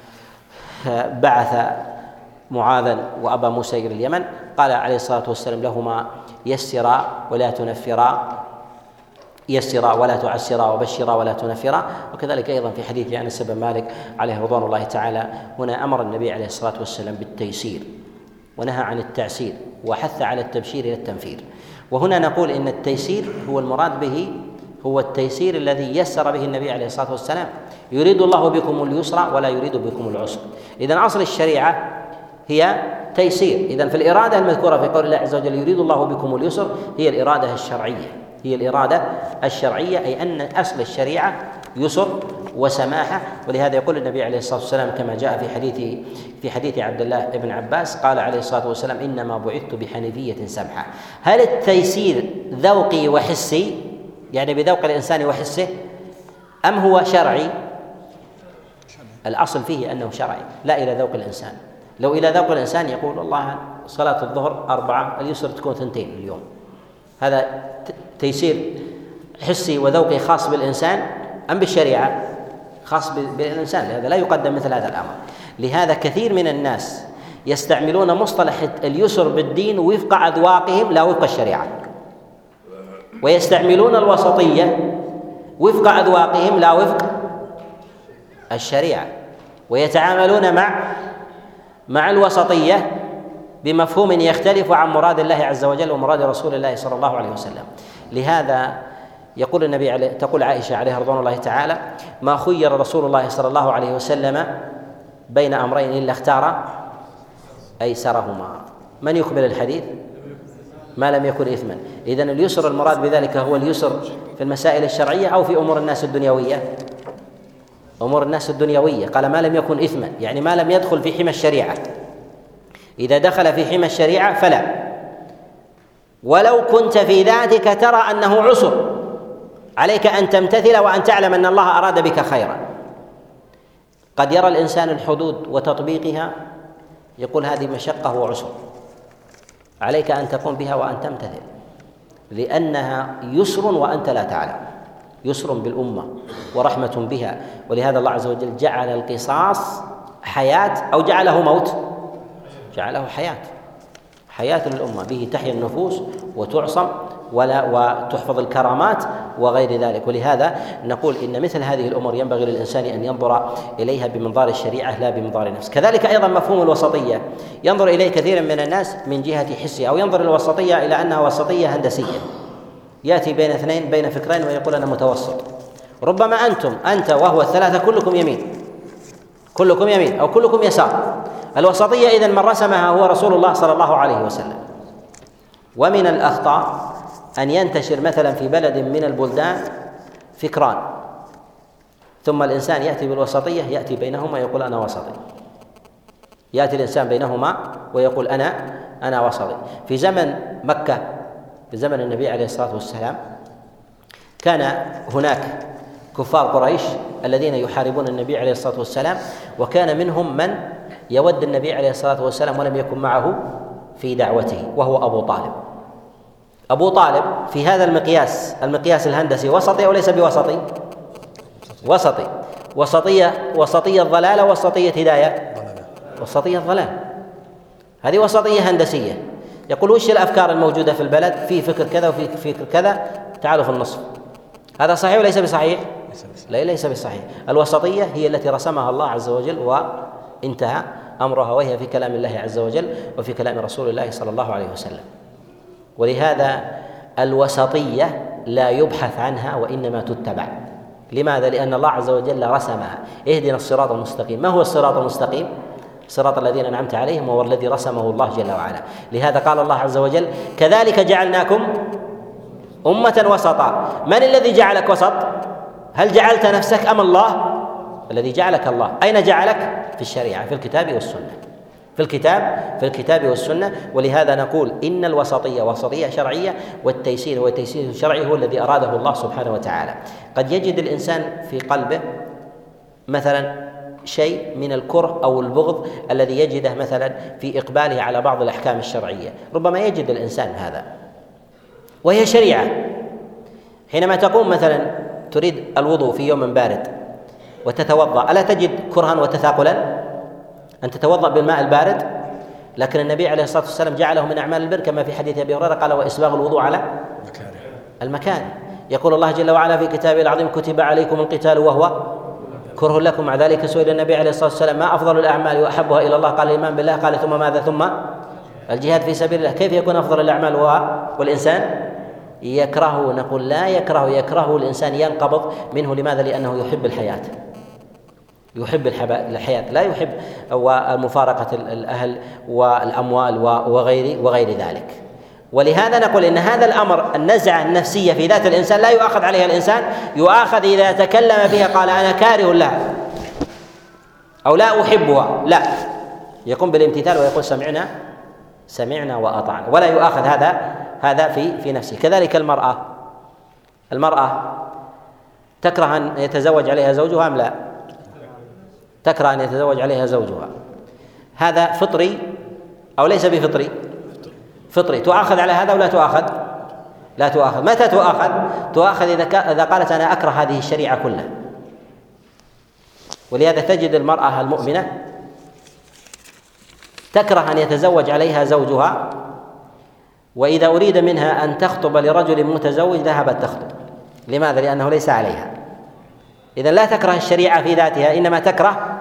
بعث معاذا وأبا موسى إلى اليمن قال عليه الصلاة والسلام لهما: يسرا ولا تنفرا، يسرا ولا تعسرا وبشرا ولا تنفرا. وكذلك أيضا في حديث أنس بن مالك عليه رضوان الله تعالى هنا أمر النبي عليه الصلاة والسلام بالتيسير ونهى عن التعسير وحث على التبشير إلى التنفير. وهنا نقول إن التيسير هو المراد به هو التيسير الذي يسر به النبي عليه الصلاة والسلام. يريد الله بكم اليسر ولا يريد بكم العسر. إذن أصل الشريعة هي تيسير. إذن في الإرادة المذكورة في قول الله عز وجل يريد الله بكم اليسر هي الإرادة الشرعية، هي الإرادة الشرعية، أي أن أصل الشريعة يسر وسماحة. ولهذا يقول النبي عليه الصلاة والسلام كما جاء في حديث عبد الله بن عباس قال عليه الصلاة والسلام إنما بعثت بحنيفية سمحة. هل التيسير ذوقي وحسي يعني بذوق الإنسان وحسه أم هو شرعي؟ الأصل فيه أنه شرعي لا إلى ذوق الإنسان. لو إلى ذوق الإنسان يقول والله صلاة الظهر 4 اليسر تكون 2 اليوم، هذا تيسير حسي وذوقي خاص بالإنسان أم بالشريعة؟ خاص بالإنسان، لهذا لا يقدم مثل هذا الأمر. لهذا كثير من الناس يستعملون مصطلح اليسر بالدين وفق أذواقهم لا وفق الشريعة، ويستعملون الوسطية وفق أذواقهم لا وفق الشريعة، ويتعاملون مع الوسطية بمفهوم يختلف عن مراد الله عز وجل ومراد رسول الله صلى الله عليه وسلم. لهذا يقول النبي تقول عائشة عليها رضوان الله تعالى ما خير رسول الله صلى الله عليه وسلم بين أمرين إلا اختار أيسرهما. من يقبل الحديث؟ ما لم يكن إثما. إذن اليسر المراد بذلك هو اليسر في المسائل الشرعية أو في أمور الناس الدنيوية؟ أمور الناس الدنيوية. قال ما لم يكن إثما يعني ما لم يدخل في حمى الشريعة. إذا دخل في حمى الشريعة فلا. ولو كنت في ذاتك ترى أنه عسر عليك أن تمتثل وأن تعلم أن الله أراد بك خيرا. قد يرى الإنسان الحدود وتطبيقها يقول هذه مشقة وعسر، عليك أن تقوم بها وأن تمتثل لأنها يسر وأنت لا تعلم، يسر بالأمة ورحمة بها. ولهذا الله عز وجل جعل القصاص حياة أو جعله موت؟ جعله حياة للأمة، به تحيا النفوس وتعصم وتحفظ الكرامات وغير ذلك. ولهذا نقول إن مثل هذه الأمور ينبغي للإنسان أن ينظر إليها بمنظار الشريعة لا بمنظار النفس. كذلك أيضا مفهوم الوسطية ينظر إليه كثير من الناس من جهة حسها، أو ينظر الوسطية إلى أنها وسطية هندسية، يأتي بين اثنين بين فكرين ويقول أنا متوسط. ربما أنت وهو الثلاثة كلكم يمين أو كلكم يسار. الوسطية إذن من رسمها هو رسول الله صلى الله عليه وسلم. ومن الأخطاء أن ينتشر مثلا في بلد من البلدان فكران ثم الإنسان يأتي بالوسطية يأتي بينهما يقول أنا وسطي، يأتي الإنسان بينهما ويقول أنا وسطي. في زمن مكة في زمن النبي عليه الصلاة والسلام كان هناك كفار قريش الذين يحاربون النبي عليه الصلاة والسلام، وكان منهم من يود النبي عليه الصلاة والسلام ولم يكن معه في دعوته وهو أبو طالب في هذا المقياس الهندسي وسطي أو ليس بوسطي؟ وسطية الضلال وسطية هداية؟ وسطية الضلال، هذه وسطية هندسية. يقول وش الأفكار الموجودة في البلد؟ في فكر كذا وفي فكر كذا، تعالوا في النصف. هذا صحيح وليس بصحيح؟ لا، ليس بصحيح. الوسطية هي التي رسمها الله عز وجل وانتهى أمرها، وهي في كلام الله عز وجل وفي كلام رسول الله صلى الله عليه وسلم. ولهذا الوسطية لا يبحث عنها وإنما تتبع. لماذا؟ لأن الله عز وجل رسمها. اهدنا الصراط المستقيم. ما هو الصراط المستقيم؟ صراط الذين أنعمت عليهم وهو الذي رسمه الله جل وعلا. لهذا قال الله عز وجل كذلك جعلناكم أمة وسطا. من الذي جعلك وسط؟ هل جعلت نفسك أم الله؟ الذي جعلك الله. أين جعلك؟ في الشريعة، في الكتاب والسنة، في الكتاب والسنة. ولهذا نقول إن الوسطية وسطية شرعية، والتيسير هو التيسير الشرعي هو الذي أراده الله سبحانه وتعالى. قد يجد الإنسان في قلبه مثلا شيء من الكره أو البغض الذي يجده مثلا في إقباله على بعض الأحكام الشرعية، ربما يجد الإنسان هذا وهي شريعة. حينما تقوم مثلا تريد الوضوء في يوم بارد وتتوضأ، ألا تجد كرها وتثاقلا أن تتوضأ بالماء البارد؟ لكن النبي عليه الصلاة والسلام جعله من أعمال البر كما في حديث أبي هريرة قال وإسباغ الوضوء على المكان. يقول الله جل وعلا في كتابه العظيم: كتب عليكم القتال وهو كره لكم. مع ذلك سئل النبي عليه الصلاة والسلام: ما أفضل الأعمال وأحبها إلى الله؟ قال: الإيمان بالله. قال: ثم ماذا؟ ثم الجهاد في سبيل الله. كيف يكون أفضل الأعمال والإنسان يكرهه؟ نقول: لا يكرهه الإنسان، ينقبض منه. لماذا؟ لأنه يحب الحياة، يحب الحياة، لا يحب ومفارقة الأهل والأموال وغير ذلك. ولهذا نقول إن هذا الأمر، النزعة النفسية في ذات الإنسان، لا يؤاخذ عليها الإنسان، يؤاخذ إذا تكلم بها قال: أنا كاره لها أو لا أحبها، لا، يقوم بالامتثال ويقول: سمعنا وأطعنا، ولا يؤاخذ هذا في نفسه. كذلك المرأة تكره أن يتزوج عليها زوجها أم لا؟ تكره أن يتزوج عليها زوجها. هذا فطري أو ليس بفطري؟ فطري. تؤاخذ على هذا ولا تؤاخذ؟ لا تؤاخذ. متى تؤاخذ إذا قالت: أنا أكره هذه الشريعة كلها. ولهذا تجد المرأة المؤمنة تكره أن يتزوج عليها زوجها، وإذا أريد منها أن تخطب لرجل متزوج ذهبت تخطب. لماذا؟ لأنه ليس عليها. إذن لا تكره الشريعة في ذاتها، إنما تكره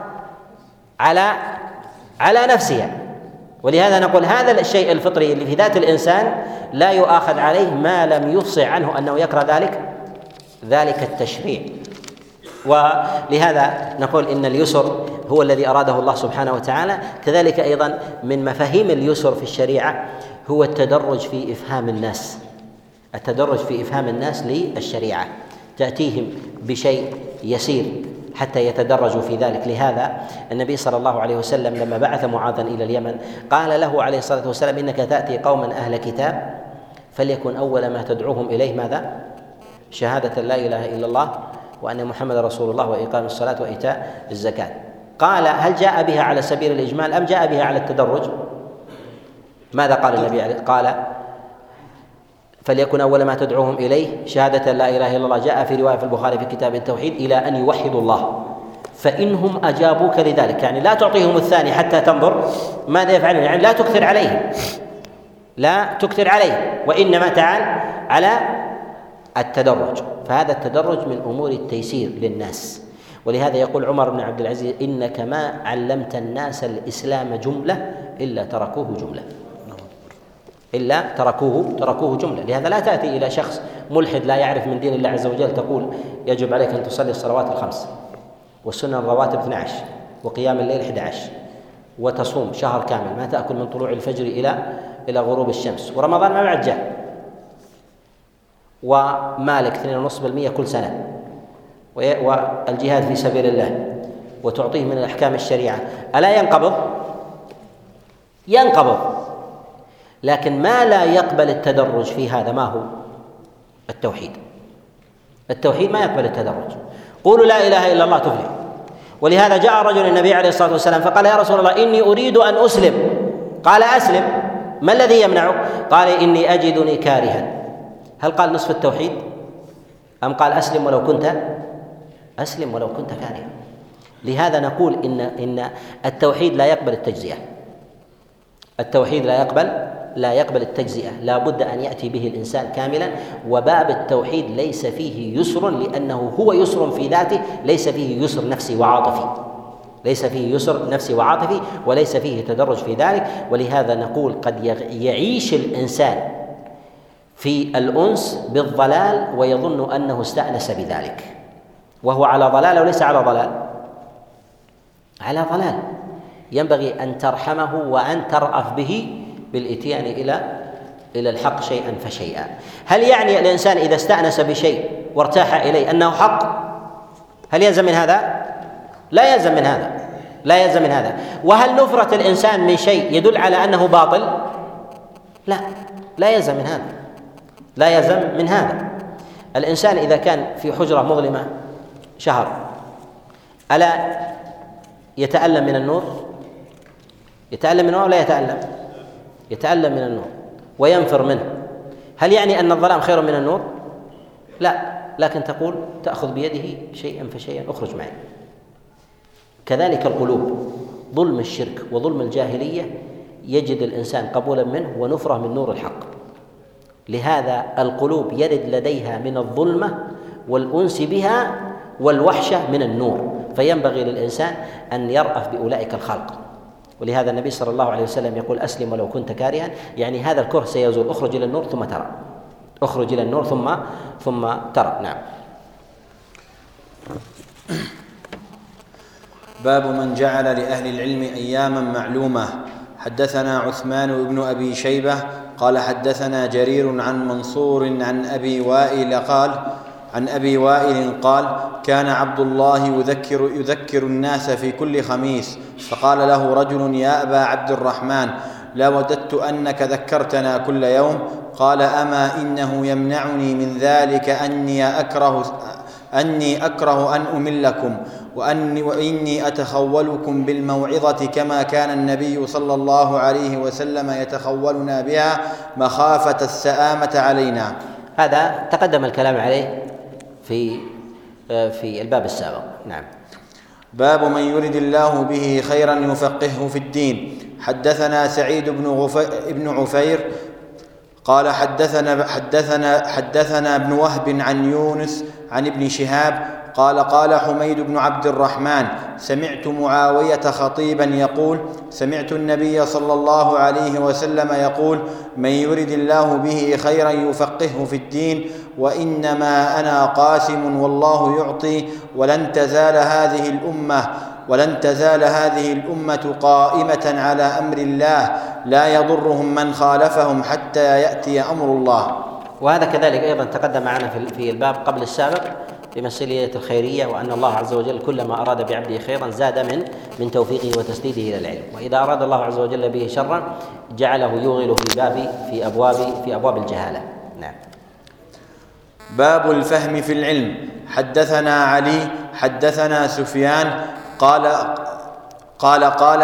على نفسها. ولهذا نقول هذا الشيء الفطري اللي في ذات الإنسان لا يؤاخذ عليه ما لم يفصح عنه أنه يكره ذلك التشريع. ولهذا نقول إن اليسر هو الذي أراده الله سبحانه وتعالى. كذلك أيضا من مفاهيم اليسر في الشريعة هو التدرج في إفهام الناس للشريعة، تأتيهم بشيء يسير حتى يتدرجوا في ذلك. لهذا النبي صلى الله عليه وسلم لما بعث معاذا إلى اليمن قال له عليه الصلاة والسلام: إنك تأتي قوما أهل كتاب فليكن أول ما تدعوهم إليه ماذا؟ شهادة لا إله إلا الله وأن محمد رسول الله وإقام الصلاة وإيتاء الزكاة. قال: هل جاء بها على سبيل الإجمال أم جاء بها على التدرج؟ ماذا قال النبي عليه؟ قال: فليكن أول ما تدعوهم إليه شهادة لا إله إلا الله. جاء في رواية في البخاري في كتاب التوحيد: إلى أن يوحدوا الله، فإنهم أجابوك لذلك. يعني لا تعطيهم الثاني حتى تنظر ماذا يفعلون، يعني لا تكثر عليهم، وإنما تعال على التدرج. فهذا التدرج من أمور التيسير للناس. ولهذا يقول عمر بن عبد العزيز: إنك ما علمت الناس الإسلام جملة إلا تركوه جملة. لهذا لا تأتي إلى شخص ملحد لا يعرف من دين الله عز وجل تقول: يجب عليك أن تصلي الصلوات الخمس والسنن الرواتب 12 وقيام الليل 11 وتصوم شهر كامل، ما تأكل من طلوع الفجر إلى غروب الشمس، ورمضان ما بعد جاء، ومالك 2.5% كل سنة، والجهاد في سبيل الله، وتعطيه من الأحكام الشريعة. ألا ينقبض. لكن ما لا يقبل التدرج في هذا ما هو؟ التوحيد ما يقبل التدرج. قولوا لا إله إلا الله تفلح. ولهذا جاء رجل النبي عليه الصلاة والسلام فقال: يا رسول الله إني أريد أن أسلم. قال: أسلم. ما الذي يمنعك؟ قال: إني أجدني كارها. هل قال نصف التوحيد أم قال أسلم ولو كنت كارها؟ لهذا نقول إن التوحيد لا يقبل التجزئة. التوحيد لا يقبل التجزئة، لا بد أن يأتي به الإنسان كاملا. وباب التوحيد ليس فيه يسر، لأنه هو يسر في ذاته، ليس فيه يسر نفسي وعاطفي، وليس فيه تدرج في ذلك. ولهذا نقول قد يعيش الإنسان في الأنس بالضلال ويظن أنه استأنس بذلك، وهو على ضلال وليس على ضلال. ينبغي أن ترحمه وأن ترأف به بالإتيان إلى الحق شيئا فشيئا. هل يعني الإنسان إذا استأنس بشيء وارتاح إليه أنه حق؟ هل يلزم من هذا؟ لا يلزم من هذا. وهل نفرة الإنسان من شيء يدل على أنه باطل؟ لا يلزم من هذا. الإنسان إذا كان في حجرة مظلمة شهر ألا يتألم من النور؟ ولا يتألم من النور وينفر منه. هل يعني أن الظلام خير من النور؟ لا، لكن تأخذ بيده شيئا فشيئا: اخرج معي. كذلك القلوب، ظلم الشرك وظلم الجاهلية يجد الإنسان قبولا منه ونفرة من نور الحق، لهذا القلوب يرد لديها من الظلمة والأنس بها والوحشة من النور، فينبغي للإنسان أن يرأف بأولئك الخلق. ولهذا النبي صلى الله عليه وسلم يقول: أسلم ولو كنت كارها، يعني هذا الكره سيزول، اخرج إلى النور ثم ترى، اخرج إلى النور ثم ترى. نعم. باب من جعل لأهل العلم أياما معلومة. حدثنا عثمان بن أبي شيبة قال حدثنا جرير عن منصور عن أبي وائل قال: كان عبد الله يذكر الناس في كل خميس، فقال له رجل: يا أبا عبد الرحمن، لوددت أنك ذكرتنا كل يوم. قال: أما إنه يمنعني من ذلك أني أكره أن أملكم، وإني أتخولكم بالموعظة كما كان النبي صلى الله عليه وسلم يتخولنا بها مخافة السآمة علينا. هذا تقدم الكلام عليه في الباب السابق. نعم. باب من يرد الله به خيرا يفقهه في الدين. حدثنا سعيد بن عفير قال حدثنا ابن وهب عن يونس عن ابن شهاب قال حميد بن عبد الرحمن: سمعت معاوية خطيبا يقول: سمعت النبي صلى الله عليه وسلم يقول: من يرد الله به خيرا يفقهه في الدين، وإنما أنا قاسم والله يعطي، ولن تزال هذه الأمة قائمة على أمر الله لا يضرهم من خالفهم حتى يأتي أمر الله. وهذا كذلك أيضا تقدم معنا في الباب قبل السابق بمسؤولية الخيرية، وأن الله عز وجل كلما أراد بعبده خيرا زاد من توفيقه وتسديده إلى العلم، وإذا أراد الله عز وجل به شرا جعله يوغل في أبواب الجهالة. نعم. باب الفهم في العلم. حدثنا علي حدثنا سفيان قال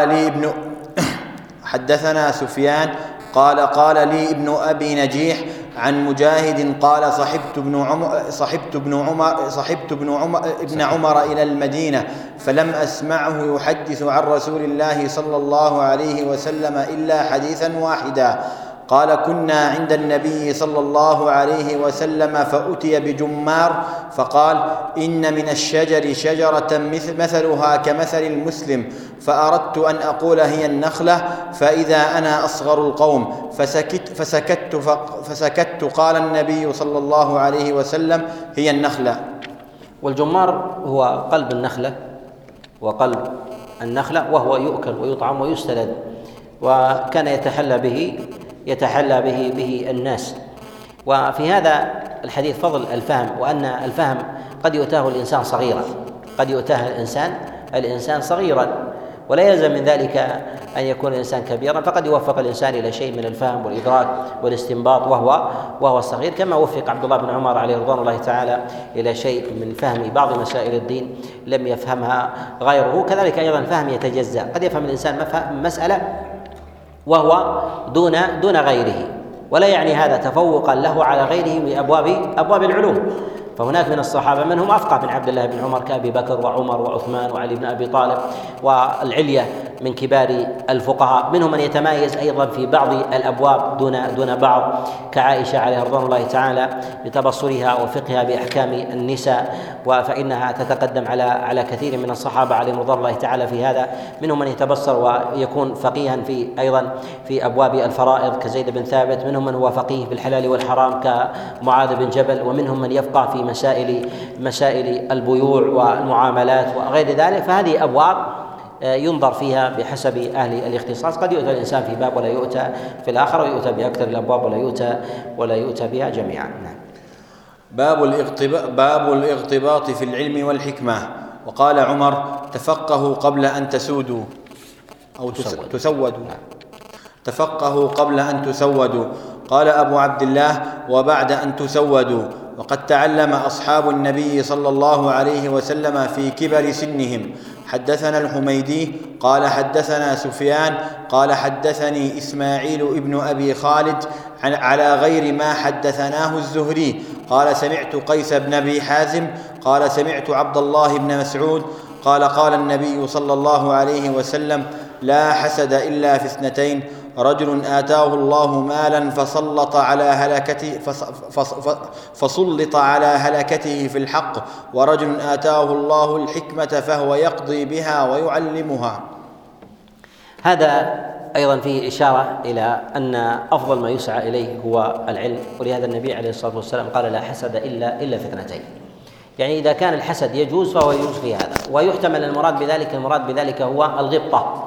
لي ابن أبي نجيح عن مجاهد قال: صحبت ابن عمر إلى المدينة، فلم أسمعه يحدث عن رسول الله صلى الله عليه وسلم إلا حديثا واحدا. قال: كنا عند النبي صلى الله عليه وسلم فأتي بجمار، فقال: إن من الشجر شجرة مثلها كمثل المسلم، فأردت أن أقول هي النخلة، فإذا أنا أصغر القوم، فسكت. قال النبي صلى الله عليه وسلم: هي النخلة. والجمار هو قلب النخلة وهو يؤكل ويطعم ويستلذ، وكان يتحلى به الناس. وفي هذا الحديث فضل الفهم، وأن الفهم قد يؤتاه الإنسان صغيرا، الإنسان صغيرا، ولا يلزم من ذلك أن يكون الإنسان كبيرا، فقد يوفق الإنسان إلى شيء من الفهم والإدراك والاستنباط وهو صغير، كما وفق عبد الله بن عمر عليه رضوان الله تعالى إلى شيء من فهم بعض مسائل الدين لم يفهمها غيره. كذلك أيضا فهم يتجزأ، قد يفهم الإنسان مسألة وهو دون غيره، ولا يعني هذا تفوقا له على غيره من أبواب العلوم. فهناك من الصحابة من هم أفقه من عبد الله بن عمر كأبي بكر وعمر وعثمان وعلي بن أبي طالب، والعلية من كبار الفقهاء. منهم من يتميز أيضا في بعض الأبواب دون بعض، كعائشة عليها رضوان الله تعالى بتبصرها وفقهها بأحكام النساء، فإنها تتقدم على كثير من الصحابة عليهم رضوان الله تعالى في هذا. منهم من يتبصر ويكون فقيها أيضا في أبواب الفرائض كزيد بن ثابت، منهم من هو فقيه في الحلال والحرام كمعاذ بن جبل، ومنهم من يفقه في مسائل البيوع والمعاملات وغير ذلك. فهذه أبواب ينظر فيها بحسب أهل الاختصاص، قد يؤتى الإنسان في باب ولا يؤتى في الآخر، ويؤتى بأكثر الأبواب ولا يؤتى بها جميعا. نعم. باب الاغتباط في العلم والحكمة. وقال عمر: تفقهوا قبل أن تسودوا أو تسودوا. تفقهوا قبل أن تسودوا. قال أبو عبد الله: وبعد أن تسودوا. وقد تعلم أصحاب النبي صلى الله عليه وسلم في كبر سنهم. حدثنا الحميدي قال حدثنا سفيان قال حدثني إسماعيل ابن أبي خالد على غير ما حدثناه الزهري قال: سمعت قيس بن أبي حازم قال: سمعت عبد الله بن مسعود قال: قال النبي صلى الله عليه وسلم: لا حسد إلا في اثنتين: رجل آتاه الله مالا فسلط على هلكته في الحق، ورجل آتاه الله الحكمة فهو يقضي بها ويعلمها. هذا أيضا فيه إشارة إلى أن أفضل ما يسعى إليه هو العلم، ولهذا النبي عليه الصلاة والسلام قال: لا حسد إلا في اثنتين. يعني إذا كان الحسد يجوز فهو يجوز في هذا، ويحتمل المراد بذلك هو الغبطة،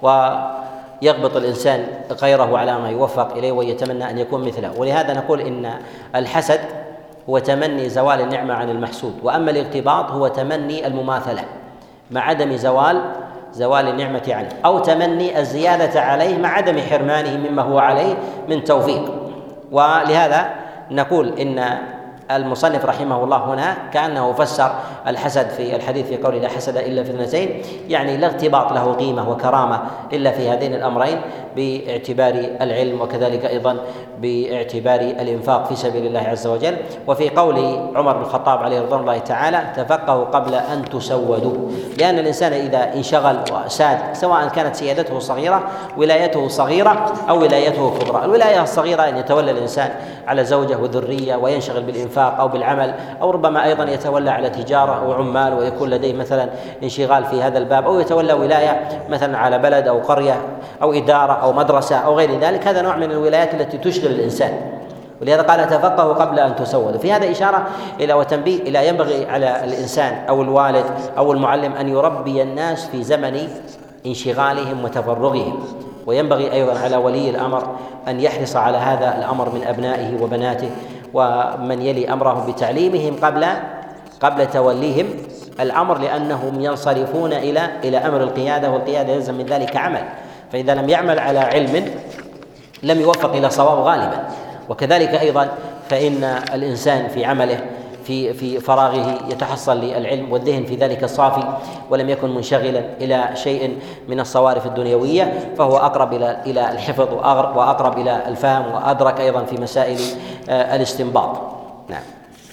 ويغبط الإنسان غيره على ما يوفق إليه ويتمنى أن يكون مثله. ولهذا نقول إن الحسد هو تمني زوال النعمة عن المحسود، وأما الاغتباط هو تمني المماثلة مع عدم زوال النعمة عنه، أو تمني الزيادة عليه مع عدم حرمانه مما هو عليه من توفيق. ولهذا نقول إن المصنف رحمه الله هنا كأنه فسر الحسد في الحديث في قوله: لا حسد إلا في اثنتين، يعني لا اغتباط له قيمة وكرامة إلا في هذين الأمرين، باعتبار العلم وكذلك أيضا باعتبار الإنفاق في سبيل الله عز وجل. وفي قول عمر بن الخطاب عليه رضوان الله تعالى: تفقهوا قبل أن تسودوا، لأن الإنسان إذا انشغل وساد، سواء كانت سيادته صغيرة، ولايته صغيرة، أو ولايته كبرى. الولاية الصغيرة أن يتولى الإنسان على زوجة وذرية وينشغل بالإنفاق أو بالعمل، أو ربما أيضا يتولى على تجارة أو عمال ويكون لديه مثلا انشغال في هذا الباب، أو يتولى ولاية مثلا على بلد أو قرية أو إدارة أو مدرسة أو غير ذلك. هذا نوع من الولايات التي تشغل الإنسان، ولهذا قال: تفقهوا قبل أن تسودوا. في هذا إشارة إلى وتنبيه إلى ينبغي على الإنسان أو الوالد أو المعلم أن يربي الناس في زمن انشغالهم وتفرغهم، وينبغي أيضا على ولي الأمر أن يحرص على هذا الأمر من أبنائه وبناته ومن يلي أمره بتعليمهم قبل توليهم الأمر، لأنهم ينصرفون إلى أمر القيادة، والقيادة يلزم من ذلك عمل، فإذا لم يعمل على علم لم يوفق إلى صواب غالبا. وكذلك أيضا فإن الإنسان في عمله في فراغه يتحصل للعلم والذهن في ذلك الصافي، ولم يكن منشغلا إلى شيء من الصوارف الدنيوية، فهو أقرب إلى الحفظ وأقرب إلى الفهم، وأدرك أيضا في مسائل الاستنباط. نعم.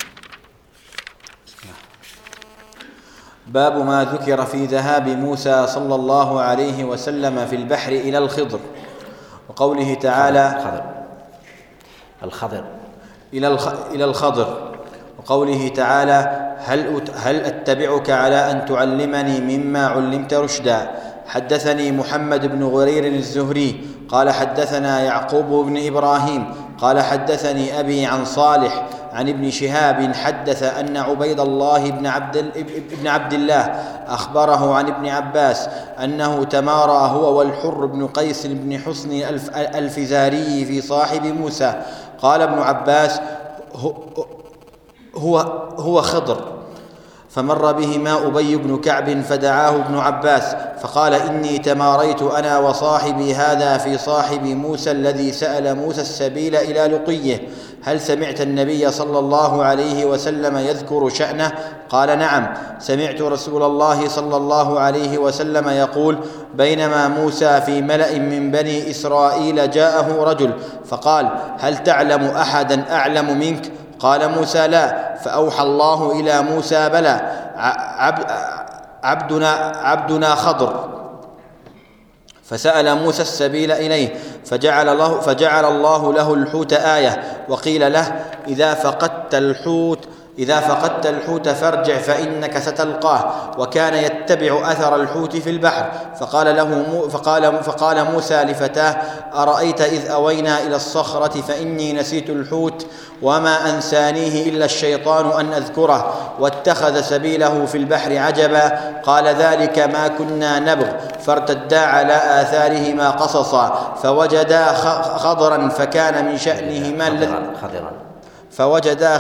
باب ما ذكر في ذهاب موسى صلى الله عليه وسلم في البحر إلى الخضر، وقوله تعالى: الخضر إلى الخضر، وقوله تعالى: هل أتبعك على أن تعلمني مما علمت رشدا. حدثني محمد بن غرير الزهري قال حدثنا يعقوب بن إبراهيم قال حدثني أبي عن صالح عن ابن شهاب حدث أن عبيد الله بن عبد الله أخبره عن ابن عباس أنه تمارى هو والحر بن قيس بن حصن الفزاري في صاحب موسى. قال ابن عباس: هو خضر. فمر بهما أبي بن كعب فدعاه ابن عباس فقال: إني تماريت أنا وصاحبي هذا في صاحب موسى الذي سأل موسى السبيل إلى لقيه، هل سمعت النبي صلى الله عليه وسلم يذكر شأنه؟ قال: نعم، سمعت رسول الله صلى الله عليه وسلم يقول: بينما موسى في ملأ من بني إسرائيل جاءه رجل فقال: هل تعلم أحدا أعلم منك؟ قال موسى: لا. فأوحى الله إلى موسى: بلى، عبدنا خضر. فسأل موسى السبيل إليه فجعل الله له الحوت آية، وقيل له: إذا فقدت الحوت فارجع فإنك ستلقاه. وكان يتبع أثر الحوت في البحر. فقال موسى لفتاه: أرأيت إذ أوينا إلى الصخرة فإني نسيت الحوت وما أنسانيه إلا الشيطان أن أذكره واتخذ سبيله في البحر عجبا. قال: ذلك ما كنا نبغ. فارتدا على آثارهما قصصا فوجدا خضرا فكان من شأنهما فوجدا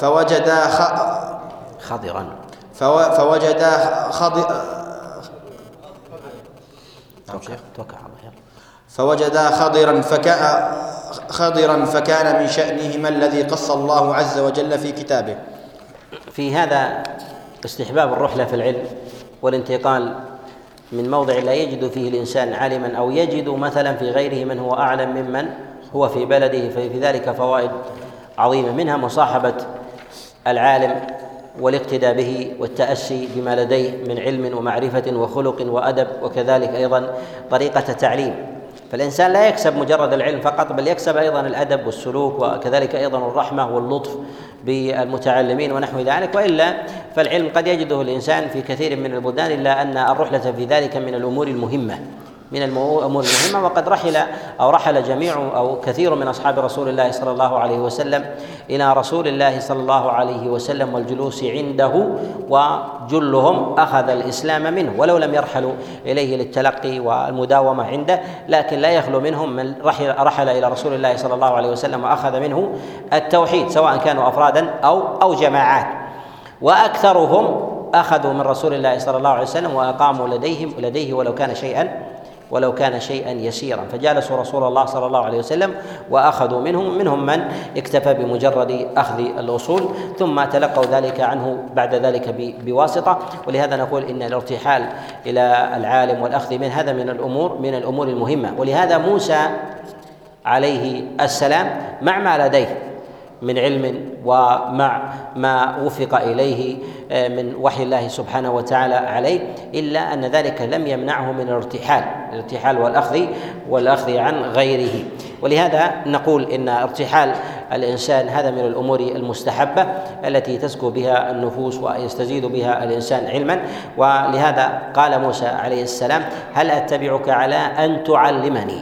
خضرا فكان من شأنهما الذي قص الله عز وجل في كتابه. في هذا استحباب الرحلة في العلم والانتقال من موضع لا يجد فيه الإنسان عالما أو يجد مثلا في غيره من هو أعلم ممن هو في بلده، ففي ذلك فوائد عظيمة، منها مصاحبة العالم والاقتداء به والتأسي بما لديه من علم ومعرفة وخلق وأدب، وكذلك أيضا طريقة تعليم. فالإنسان لا يكسب مجرد العلم فقط، بل يكسب أيضا الأدب والسلوك، وكذلك أيضا الرحمة واللطف بالمتعلمين ونحو ذلك. وإلا فالعلم قد يجده الإنسان في كثير من البلدان، إلا أن الرحلة في ذلك من الأمور المهمة وقد رحل جميع أو كثير من أصحاب رسول الله صلى الله عليه وسلم إلى رسول الله صلى الله عليه وسلم والجلوس عنده، وجلهم أخذ الإسلام منه، ولو لم يرحلوا إليه للتلقي والمداومة عنده، لكن لا يخلو منهم من رحل إلى رسول الله صلى الله عليه وسلم وأخذ منه التوحيد، سواء كانوا أفرادا أو جماعات. وأكثرهم أخذوا من رسول الله صلى الله عليه وسلم وأقاموا لديه ولو كان شيئا يسيرا، فجالسوا رسول الله صلى الله عليه وسلم وأخذوا منهم من اكتفى بمجرد أخذ الأصول، ثم تلقوا ذلك عنه بعد ذلك بواسطة. ولهذا نقول إن الارتحال إلى العالم والأخذ منه هذا من الأمور المهمة. ولهذا موسى عليه السلام مع ما لديه من علم ومع ما وفق إليه من وحي الله سبحانه وتعالى عليه، إلا أن ذلك لم يمنعه من الارتحال والأخذ عن غيره. ولهذا نقول إن ارتحال الإنسان هذا من الأمور المستحبة التي تزكو بها النفوس ويستزيد بها الإنسان علما. ولهذا قال موسى عليه السلام: هل أتبعك على أن تعلمني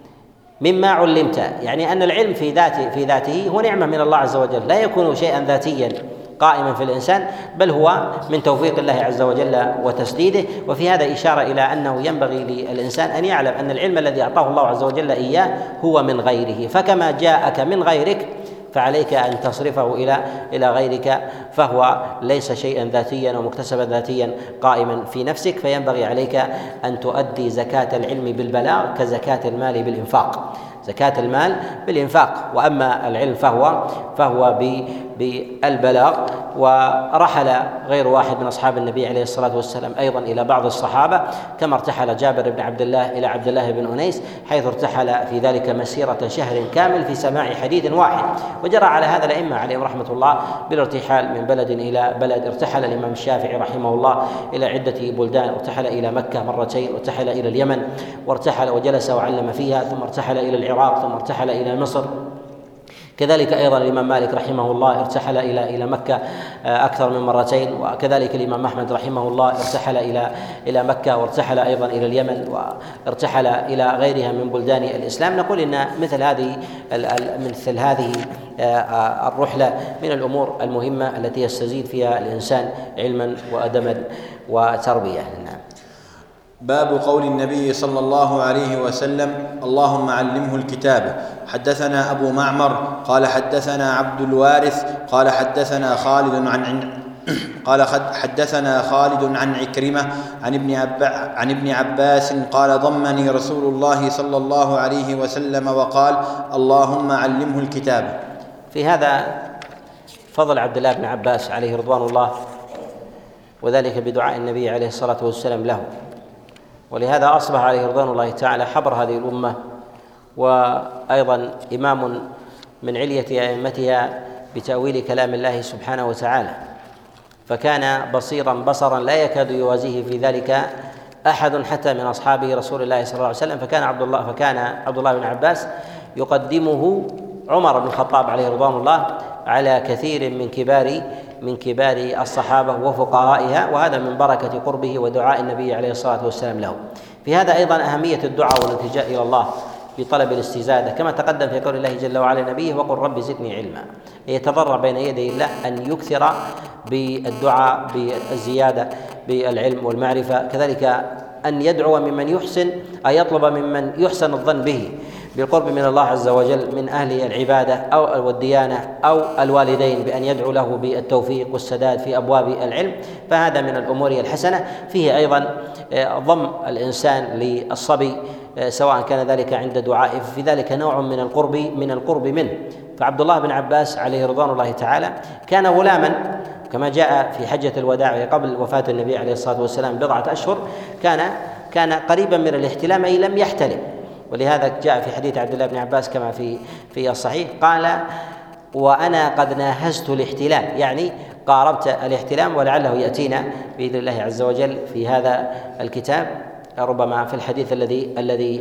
مما علمت، يعني أن العلم في ذاته هو نعمة من الله عز وجل، لا يكون شيئا ذاتيا قائما في الإنسان، بل هو من توفيق الله عز وجل وتسديده. وفي هذا إشارة إلى أنه ينبغي للإنسان أن يعلم أن العلم الذي أعطاه الله عز وجل إياه هو من غيره، فكما جاءك من غيرك فعليك أن تصرفه إلى غيرك، فهو ليس شيئا ذاتيا ومكتسبا ذاتيا قائما في نفسك، فينبغي عليك أن تؤدي زكاة العلم بالبلاغ كزكاة المال بالإنفاق، زكاة المال بالإنفاق. وأما العلم فهو بالبلاغ. ورحل غير واحد من أصحاب النبي عليه الصلاة والسلام أيضا إلى بعض الصحابة، كما ارتحل جابر بن عبد الله إلى عبد الله بن أنيس، حيث ارتحل في ذلك مسيرة شهر كامل في سماع حديث واحد. وجرى على هذا الأئمة عليهم رحمة الله بالارتحال من بلد إلى بلد. ارتحل الإمام الشافعي رحمه الله إلى عدة بلدان، ارتحل إلى مكة مرتين، وارتحل إلى اليمن وارتحل وجلس وعلم فيها، ثم ارتحل إلى العراق، ثم ارتحل إلى مصر. كذلك أيضا الإمام مالك رحمه الله ارتحل إلى مكة أكثر من مرتين، وكذلك الإمام أحمد رحمه الله ارتحل إلى مكة، وارتحل أيضا إلى اليمن، وارتحل إلى غيرها من بلدان الإسلام. نقول إن مثل هذه الرحلة من الأمور المهمة التي يستزيد فيها الإنسان علما وأدبا وتربية. نعم. باب قول النبي صلى الله عليه وسلم: اللهم علمه الكتاب. حدثنا أبو معمر قال حدثنا عبد الوارث قال حدثنا خالد عن عكرمة عن ابن عباس قال: ضمني رسول الله صلى الله عليه وسلم وقال: اللهم علمه الكتاب. في هذا فضل عبد الله بن عباس عليه رضوان الله، وذلك بدعاء النبي عليه الصلاة والسلام له، ولهذا أصبح عليه رضوان الله تعالى حبر هذه الأمة، وأيضا إمام من علية أئمتها بتأويل كلام الله سبحانه وتعالى، فكان بصرا لا يكاد يوازيه في ذلك أحد حتى من أصحاب رسول الله صلى الله عليه وسلم. فكان عبد الله بن عباس يقدمه عمر بن الخطاب عليه رضوان الله على كثير من كبار الصحابة وفقهائها، وهذا من بركة قربه ودعاء النبي عليه الصلاة والسلام له. في هذا أيضا أهمية الدعاء والالتجاء إلى الله في طلب الاستزادة، كما تقدم في قول الله جل وعلا نبيه: وقل رب زدني علما. يتضرع بين يدي الله أن يكثر بالدعاء بالزيادة بالعلم والمعرفة، كذلك أن يدعو ممن يحسن، أي يطلب ممن يحسن الظن به بالقرب من الله عز وجل من أهل العبادة أو والديانة أو الوالدين، بأن يدعو له بالتوفيق والسداد في أبواب العلم. فهذا من الأمور الحسنة. فيه أيضا ضم الإنسان للصبي سواء كان ذلك عند دعائه، في ذلك نوع من القرب منه. فعبد الله بن عباس عليه رضوان الله تعالى كان غلاما، كما جاء في حجة الوداع قبل وفاة النبي عليه الصلاة والسلام بضعة أشهر، كان قريبا من الاحتلام، أي لم يحتلم. ولهذا جاء في حديث عبد الله بن عباس كما في الصحيح قال: وأنا قد ناهزت الاحتلام، يعني قاربت الاحتلام، ولعله يأتينا بإذن الله عز وجل في هذا الكتاب ربما في الحديث الذي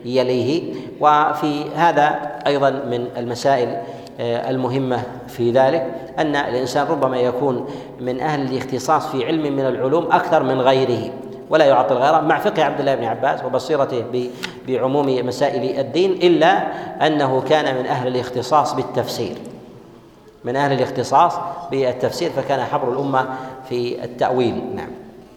يليه. وفي هذا أيضا من المسائل المهمة في ذلك أن الإنسان ربما يكون من أهل الاختصاص في علم من العلوم أكثر من غيره ولا يعطي غيره، مع فقه عبد الله بن عباس وبصيرته بعموم مسائل الدين، إلا أنه كان من أهل الاختصاص بالتفسير، من أهل الاختصاص بالتفسير، فكان حبر الأمة في التأويل. نعم.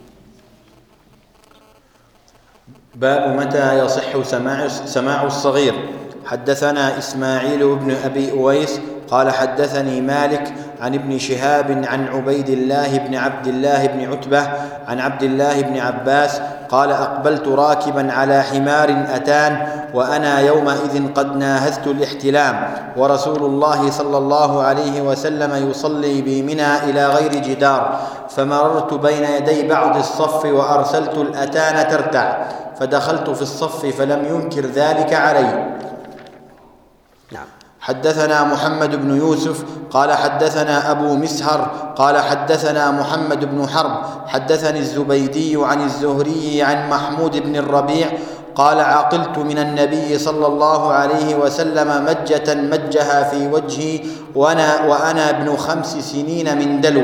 باب متى يصح سماع الصغير. حدثنا إسماعيل بن أبي أويس قال حدثني مالك عن ابن شهاب عن عبيد الله بن عبد الله بن عتبة عن عبد الله بن عباس قال أقبلت راكبا على حمار أتان وأنا يومئذ قد ناهزت الاحتلام ورسول الله صلى الله عليه وسلم يصلي بمنى إلى غير جدار، فمررت بين يدي بعض الصف وأرسلت الأتان ترتع، فدخلت في الصف فلم ينكر ذلك علي. نعم. حدثنا محمد بن يوسف قال حدثنا أبو مسهر قال حدثنا محمد بن حرب حدثني الزبيدي عن الزهري عن محمود بن الربيع قال عقلت من النبي صلى الله عليه وسلم مجة مجها في وجهي وأنا ابن 5 سنين من دلو.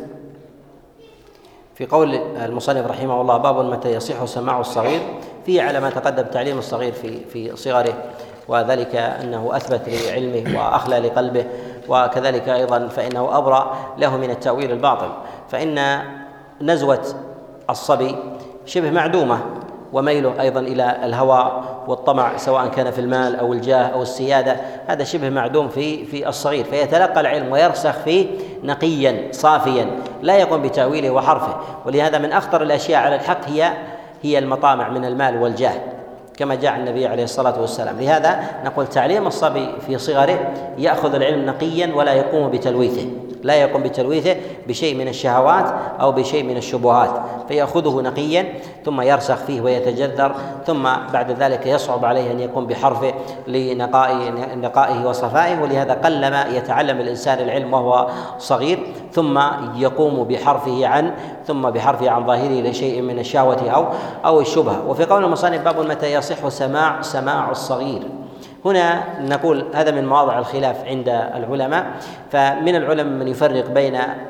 في قول المصنف رحمه الله باب متى يصح سماع الصغير، فيه على ما تقدم تعليم الصغير في صغره، وذلك أنه أثبت لعلمه وأخلى لقلبه، وكذلك أيضا فإنه أبرأ له من التأويل الباطل، فإن نزوة الصبي شبه معدومة، وميله أيضا إلى الهوى والطمع سواء كان في المال أو الجاه أو السيادة، هذا شبه معدوم في الصغير، فيتلقى العلم ويرسخ فيه نقيا صافيا لا يقوم بتأويله وحرفه. ولهذا من أخطر الأشياء على الحق هي المطامع من المال والجاه، كما جاء النبي عليه الصلاة والسلام. لهذا نقول تعليم الصبي في صغره يأخذ العلم نقيا ولا يقوم بتلويثه، لا يقوم بتلويثه بشيء من الشهوات أو بشيء من الشبهات، فيأخذه نقيا ثم يرسخ فيه ويتجذر، ثم بعد ذلك يصعب عليه أن يقوم بحرفه لنقائه وصفائه. ولهذا قلما يتعلم الإنسان العلم وهو صغير ثم يقوم بحرفه عن ظاهره لشيء من الشهوة أو الشبهة. وفي قول المصنف باب متى يصح سماع الصغير، هنا نقول هذا من مواضع الخلاف عند العلماء، فمن العلماء من يفرق بين